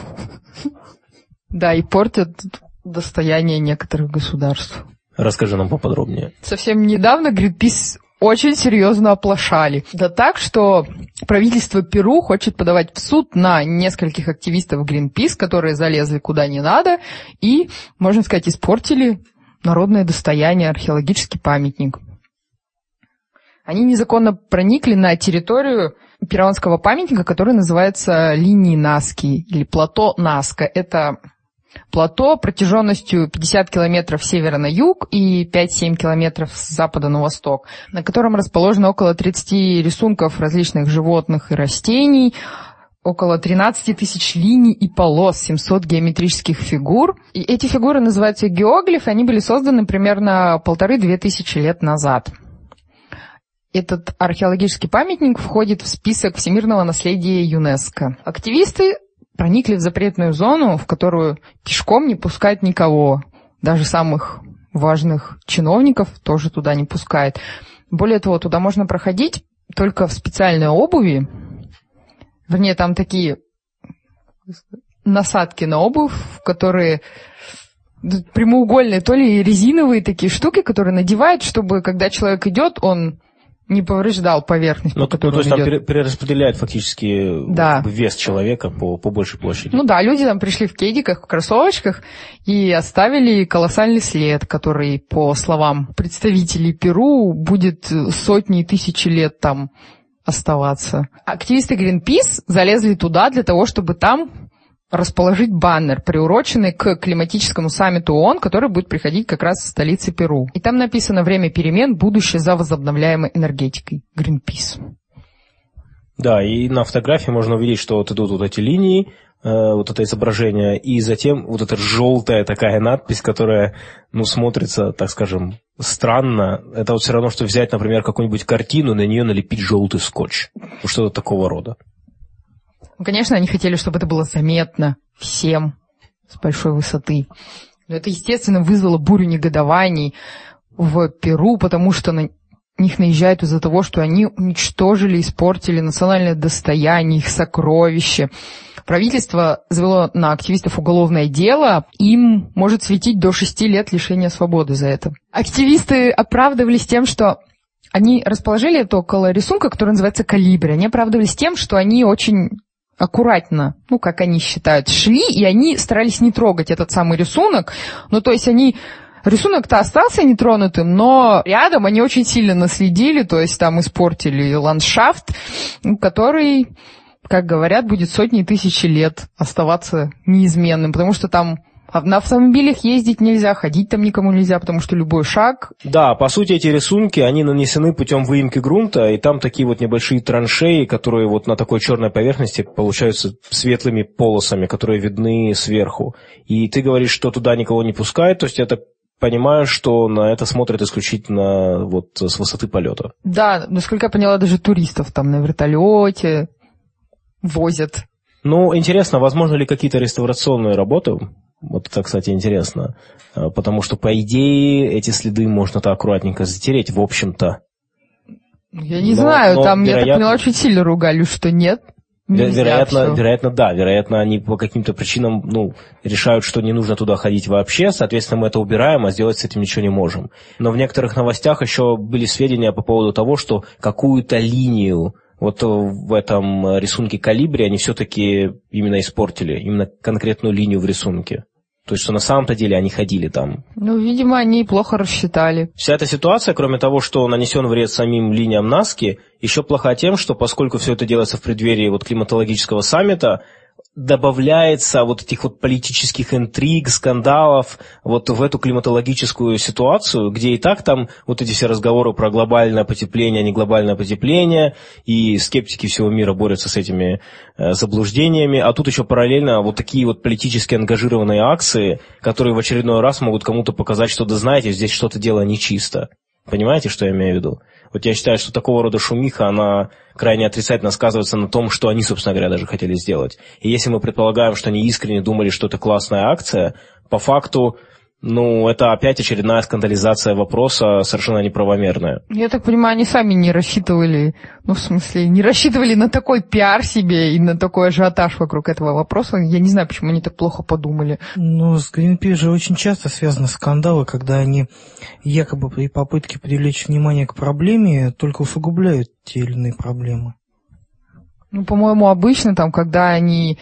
Да, и портят достояние некоторых государств. Расскажи нам поподробнее. Совсем недавно Greenpeace очень серьезно оплошали. Да так, что правительство Перу хочет подавать в суд на нескольких активистов Greenpeace, которые залезли куда не надо и, можно сказать, испортили народное достояние, археологический памятник. Они незаконно проникли на территорию перуанского памятника, который называется линией Наски или плато Наска. Это плато протяженностью пятьдесят километров с севера на юг и пять-семь километров с запада на восток, на котором расположено около тридцати рисунков различных животных и растений, около тринадцати тысяч линий и полос, семьсот геометрических фигур. И эти фигуры называются геоглифы, они были созданы примерно полторы-две тысячи лет назад. Этот археологический памятник входит в список всемирного наследия ЮНЕСКО. Активисты проникли в запретную зону, в которую пешком не пускают никого. Даже самых важных чиновников тоже туда не пускают. Более того, туда можно проходить только в специальной обуви. Вернее, там такие насадки на обувь, которые прямоугольные, то ли резиновые такие штуки, которые надевают, чтобы, когда человек идет, он не повреждал поверхность. Ну, то, то есть там перераспределяет фактически да. вес человека по, по большей площади. Ну да, люди там пришли в кедиках, в кроссовочках и оставили колоссальный след, который, по словам представителей Перу, будет сотни и тысячи лет там оставаться. Активисты Greenpeace залезли туда для того, чтобы там расположить баннер, приуроченный к климатическому саммиту ООН, который будет приходить как раз в столице Перу. И там написано «Время перемен. Будущее за возобновляемой энергетикой. Greenpeace». Да, и на фотографии можно увидеть, что вот идут вот эти линии, э, вот это изображение, и затем вот эта желтая такая надпись, которая, ну, смотрится, так скажем, странно. Это вот все равно, что взять, например, какую-нибудь картину, на нее налепить желтый скотч. Что-то такого рода. Ну, конечно, они хотели, чтобы это было заметно всем с большой высоты. Но это, естественно, вызвало бурю негодований в Перу, потому что на них наезжают из-за того, что они уничтожили, испортили национальное достояние, их сокровище. Правительство завело на активистов уголовное дело, им может светить до шести лет лишения свободы за это. Активисты оправдывались тем, что они расположили это около рисунка, который называется «Колибри». Они оправдывались тем, что они очень аккуратно, ну, как они считают, шли, и они старались не трогать этот самый рисунок. Ну, то есть они... Рисунок-то остался нетронутым, но рядом они очень сильно наследили, то есть там испортили ландшафт, который, как говорят, будет сотни тысяч лет оставаться неизменным, потому что там на автомобилях ездить нельзя, ходить там никому нельзя, потому что любой шаг... Да, по сути, эти рисунки, они нанесены путем выемки грунта, и там такие вот небольшие траншеи, которые вот на такой черной поверхности получаются светлыми полосами, которые видны сверху. И ты говоришь, что туда никого не пускают, то есть это... Понимаю, что на это смотрят исключительно вот с высоты полета. Да, насколько я поняла, даже туристов там на вертолете возят. Ну, интересно, возможно ли какие-то реставрационные работы? Вот это, кстати, интересно. Потому что, по идее, эти следы можно-то аккуратненько затереть, в общем-то. Я не но, знаю, но, там, вероятно... я так поняла, очень сильно ругали, что нет. Вероятно, вероятно, да. Вероятно, они по каким-то причинам, ну, решают, что не нужно туда ходить вообще. Соответственно, мы это убираем, а сделать с этим ничего не можем. Но в некоторых новостях еще были сведения по поводу того, что какую-то линию вот в этом рисунке «Колибри» они все-таки именно испортили. Именно конкретную линию в рисунке. То есть, что на самом-то деле они ходили там. Ну, видимо, они плохо рассчитали. Вся эта ситуация, кроме того, что нанесен вред самим линиям Назки, еще плоха тем, что поскольку все это делается в преддверии вот климатологического саммита, добавляется вот этих вот политических интриг, скандалов вот в эту климатологическую ситуацию, где и так там вот эти все разговоры про глобальное потепление, не глобальное потепление, и скептики всего мира борются с этими э, заблуждениями, а тут еще параллельно вот такие вот политически ангажированные акции, которые в очередной раз могут кому-то показать, что, да знаете, здесь что-то дело нечисто. Понимаете, что я имею в виду? Вот я считаю, что такого рода шумиха, она крайне отрицательно сказывается на том, что они, собственно говоря, даже хотели сделать. И если мы предполагаем, что они искренне думали, что это классная акция, по факту, ну, это опять очередная скандализация вопроса, совершенно неправомерная. Я так понимаю, они сами не рассчитывали, ну, в смысле, не рассчитывали на такой пиар себе и на такой ажиотаж вокруг этого вопроса. Я не знаю, почему они так плохо подумали. Ну, с Greenpeace же очень часто связаны скандалы, когда они якобы при попытке привлечь внимание к проблеме только усугубляют те или иные проблемы. Ну, по-моему, обычно там, когда они,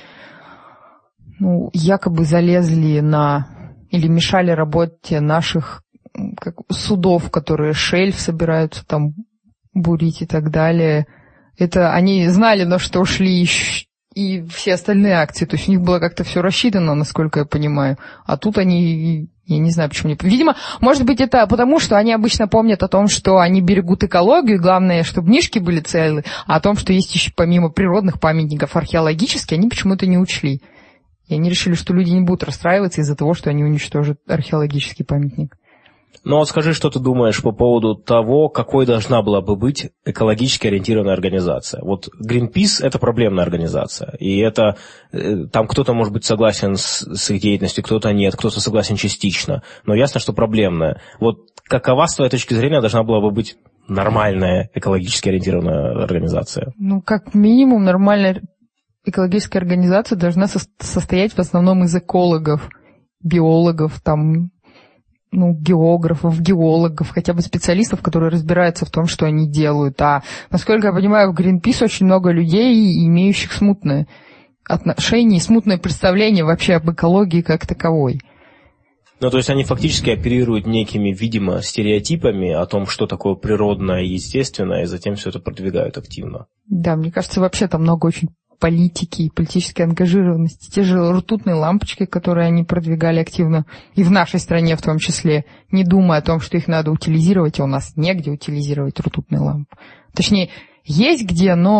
ну, якобы залезли на... или мешали работе наших как, судов, которые шельф собираются там бурить и так далее. Это они знали, на что шли и все остальные акции. То есть у них было как-то все рассчитано, насколько я понимаю. А тут они, я не знаю, почему не... Видимо, может быть, это потому, что они обычно помнят о том, что они берегут экологию, и главное, чтобы книжки были целы, а о том, что есть еще помимо природных памятников археологические, они почему-то не учли. И они решили, что люди не будут расстраиваться из-за того, что они уничтожат археологический памятник. Ну вот скажи, что ты думаешь по поводу того, какой должна была бы быть экологически ориентированная организация. Вот Greenpeace – это проблемная организация, и это там кто-то может быть согласен с, с их деятельностью, кто-то нет, кто-то согласен частично, но ясно, что проблемная. Вот какова, с твоей точки зрения, должна была бы быть нормальная экологически ориентированная организация? Ну, как минимум, нормальная экологическая организация должна со- состоять в основном из экологов, биологов, там, ну, географов, геологов, хотя бы специалистов, которые разбираются в том, что они делают. А, насколько я понимаю, в Greenpeace очень много людей, имеющих смутное отношение и смутное представление вообще об экологии как таковой. Ну, то есть они фактически оперируют некими, видимо, стереотипами о том, что такое природное и естественное, и затем все это продвигают активно. Да, мне кажется, вообще там много очень политики и политической ангажированности. Те же ртутные лампочки, которые они продвигали активно, и в нашей стране в том числе, не думая о том, что их надо утилизировать, а у нас негде утилизировать ртутные лампы. Точнее, есть где, но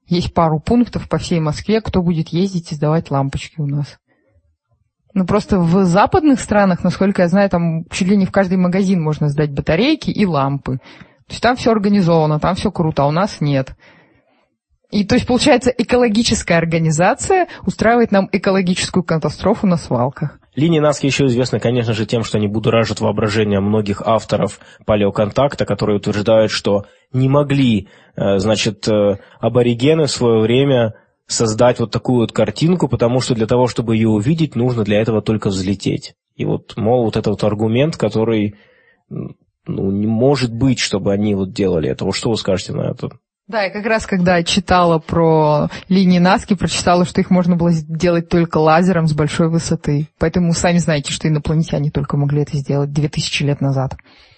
Есть пару пунктов по всей Москве, кто будет ездить и сдавать лампочки у нас. Ну, просто в западных странах, насколько я знаю, там чуть ли не в каждый магазин можно сдать батарейки и лампы. То есть там все организовано, там все круто, а у нас нет. И то есть, получается, экологическая организация устраивает нам экологическую катастрофу на свалках. Линии Назки еще известны, конечно же, тем, что они будоражат воображение многих авторов палеоконтакта, которые утверждают, что не могли, значит, аборигены в свое время создать вот такую вот картинку, потому что для того, чтобы ее увидеть, нужно для этого только взлететь. И вот, мол, вот этот вот аргумент, который, ну, не может быть, чтобы они вот делали это. Вот что вы скажете на это? Да, я как раз, когда читала про линии Назки, прочитала, что их можно было сделать только лазером с большой высоты. Поэтому сами знаете, что инопланетяне только могли это сделать две тысячи лет назад.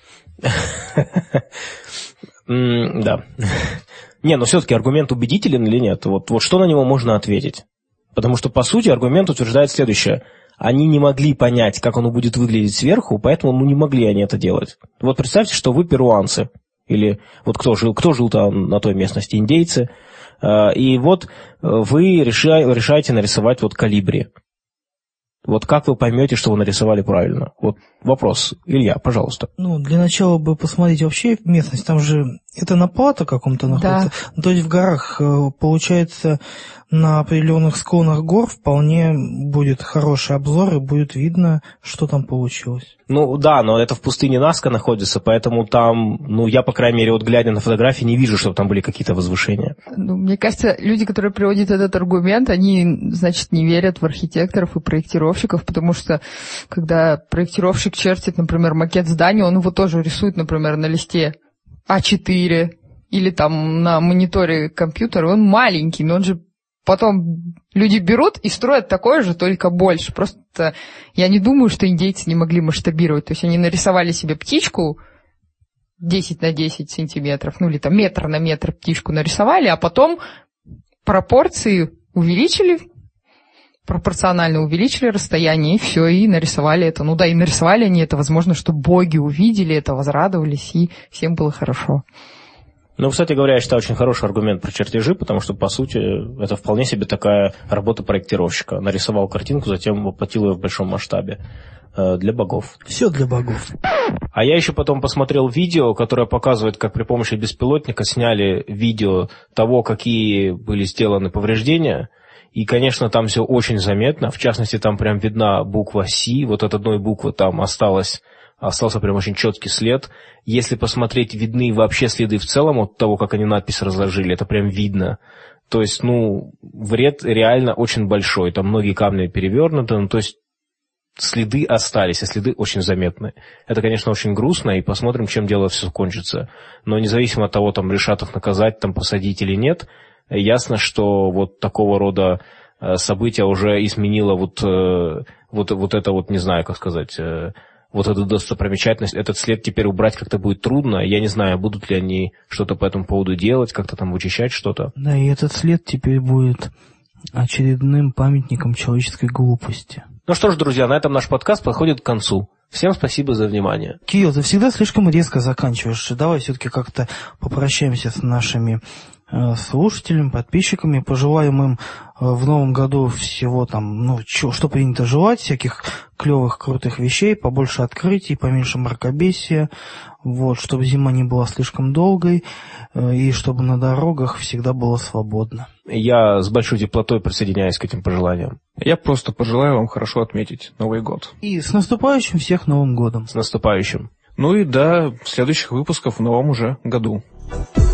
Да. Не, но все-таки аргумент убедителен или нет? Вот, вот что на него можно ответить? Потому что, по сути, аргумент утверждает следующее. Они не могли понять, как оно будет выглядеть сверху, поэтому ну, не могли они это делать. Вот представьте, что вы перуанцы. Или вот кто жил, кто жил там на той местности, индейцы. И вот вы решаете нарисовать вот колибри. Вот как вы поймете, что вы нарисовали правильно? Вот вопрос. Илья, пожалуйста. Ну, для начала бы посмотреть вообще местность. Там же это на плато каком-то находится. Да. То есть в горах, получается, на определенных склонах гор вполне будет хороший обзор и будет видно, что там получилось. Ну да, но это в пустыне Назка находится, поэтому там, ну я, по крайней мере, вот глядя на фотографии, не вижу, чтобы там были какие-то возвышения. Ну, мне кажется, люди, которые приводят этот аргумент, они, значит, не верят в архитекторов и проектировщиков, потому что когда проектировщик чертит, например, макет здания, он его тоже рисует, например, на листе а четыре или там на мониторе компьютера, он маленький, но он же потом люди берут и строят такое же, только больше. Просто я не думаю, что индейцы не могли масштабировать. То есть они нарисовали себе птичку десять на десять сантиметров, ну или там метр на метр птичку нарисовали, а потом пропорции увеличили, пропорционально увеличили расстояние, и все, и нарисовали это. Ну да, и нарисовали они это, возможно, что боги увидели это, возрадовались, и всем было хорошо. Ну, кстати говоря, я считаю, очень хороший аргумент про чертежи, потому что, по сути, это вполне себе такая работа проектировщика. Нарисовал картинку, затем воплотил ее в большом масштабе э, для богов. Все для богов. А я еще потом посмотрел видео, которое показывает, как при помощи беспилотника сняли видео того, какие были сделаны повреждения. И, конечно, там все очень заметно. В частности, там прям видна буква «Си». Вот от одной буквы там осталось... Остался прям очень четкий след. Если посмотреть, видны вообще следы в целом от того, как они надпись разложили, это прям видно. То есть, ну, вред реально очень большой. Там многие камни перевернуты, ну, то есть следы остались, и следы очень заметны. Это, конечно, очень грустно, и посмотрим, чем дело все кончится. Но независимо от того, там решат их наказать, там посадить или нет, ясно, что вот такого рода события уже изменило вот, вот, вот это вот, не знаю, как сказать... Вот эту достопримечательность, этот след теперь убрать как-то будет трудно. Я не знаю, будут ли они что-то по этому поводу делать, как-то там вычищать что-то. Да, и этот след теперь будет очередным памятником человеческой глупости. Ну что ж, друзья, на этом наш подкаст подходит к концу. Всем спасибо за внимание. Кирилл, ты всегда слишком резко заканчиваешь. Давай все-таки как-то попрощаемся с нашими э, слушателями, подписчиками, пожелаем им э, в новом году всего там, ну, чё, что принято желать, всяких клевых, крутых вещей, побольше открытий, поменьше мракобесия, вот, чтобы зима не была слишком долгой, э, и чтобы на дорогах всегда было свободно. Я с большой теплотой присоединяюсь к этим пожеланиям. Я просто пожелаю вам хорошо отметить Новый год. И с наступающим всех Новым годом. С наступающим. Ну и до следующих выпусков в новом уже году.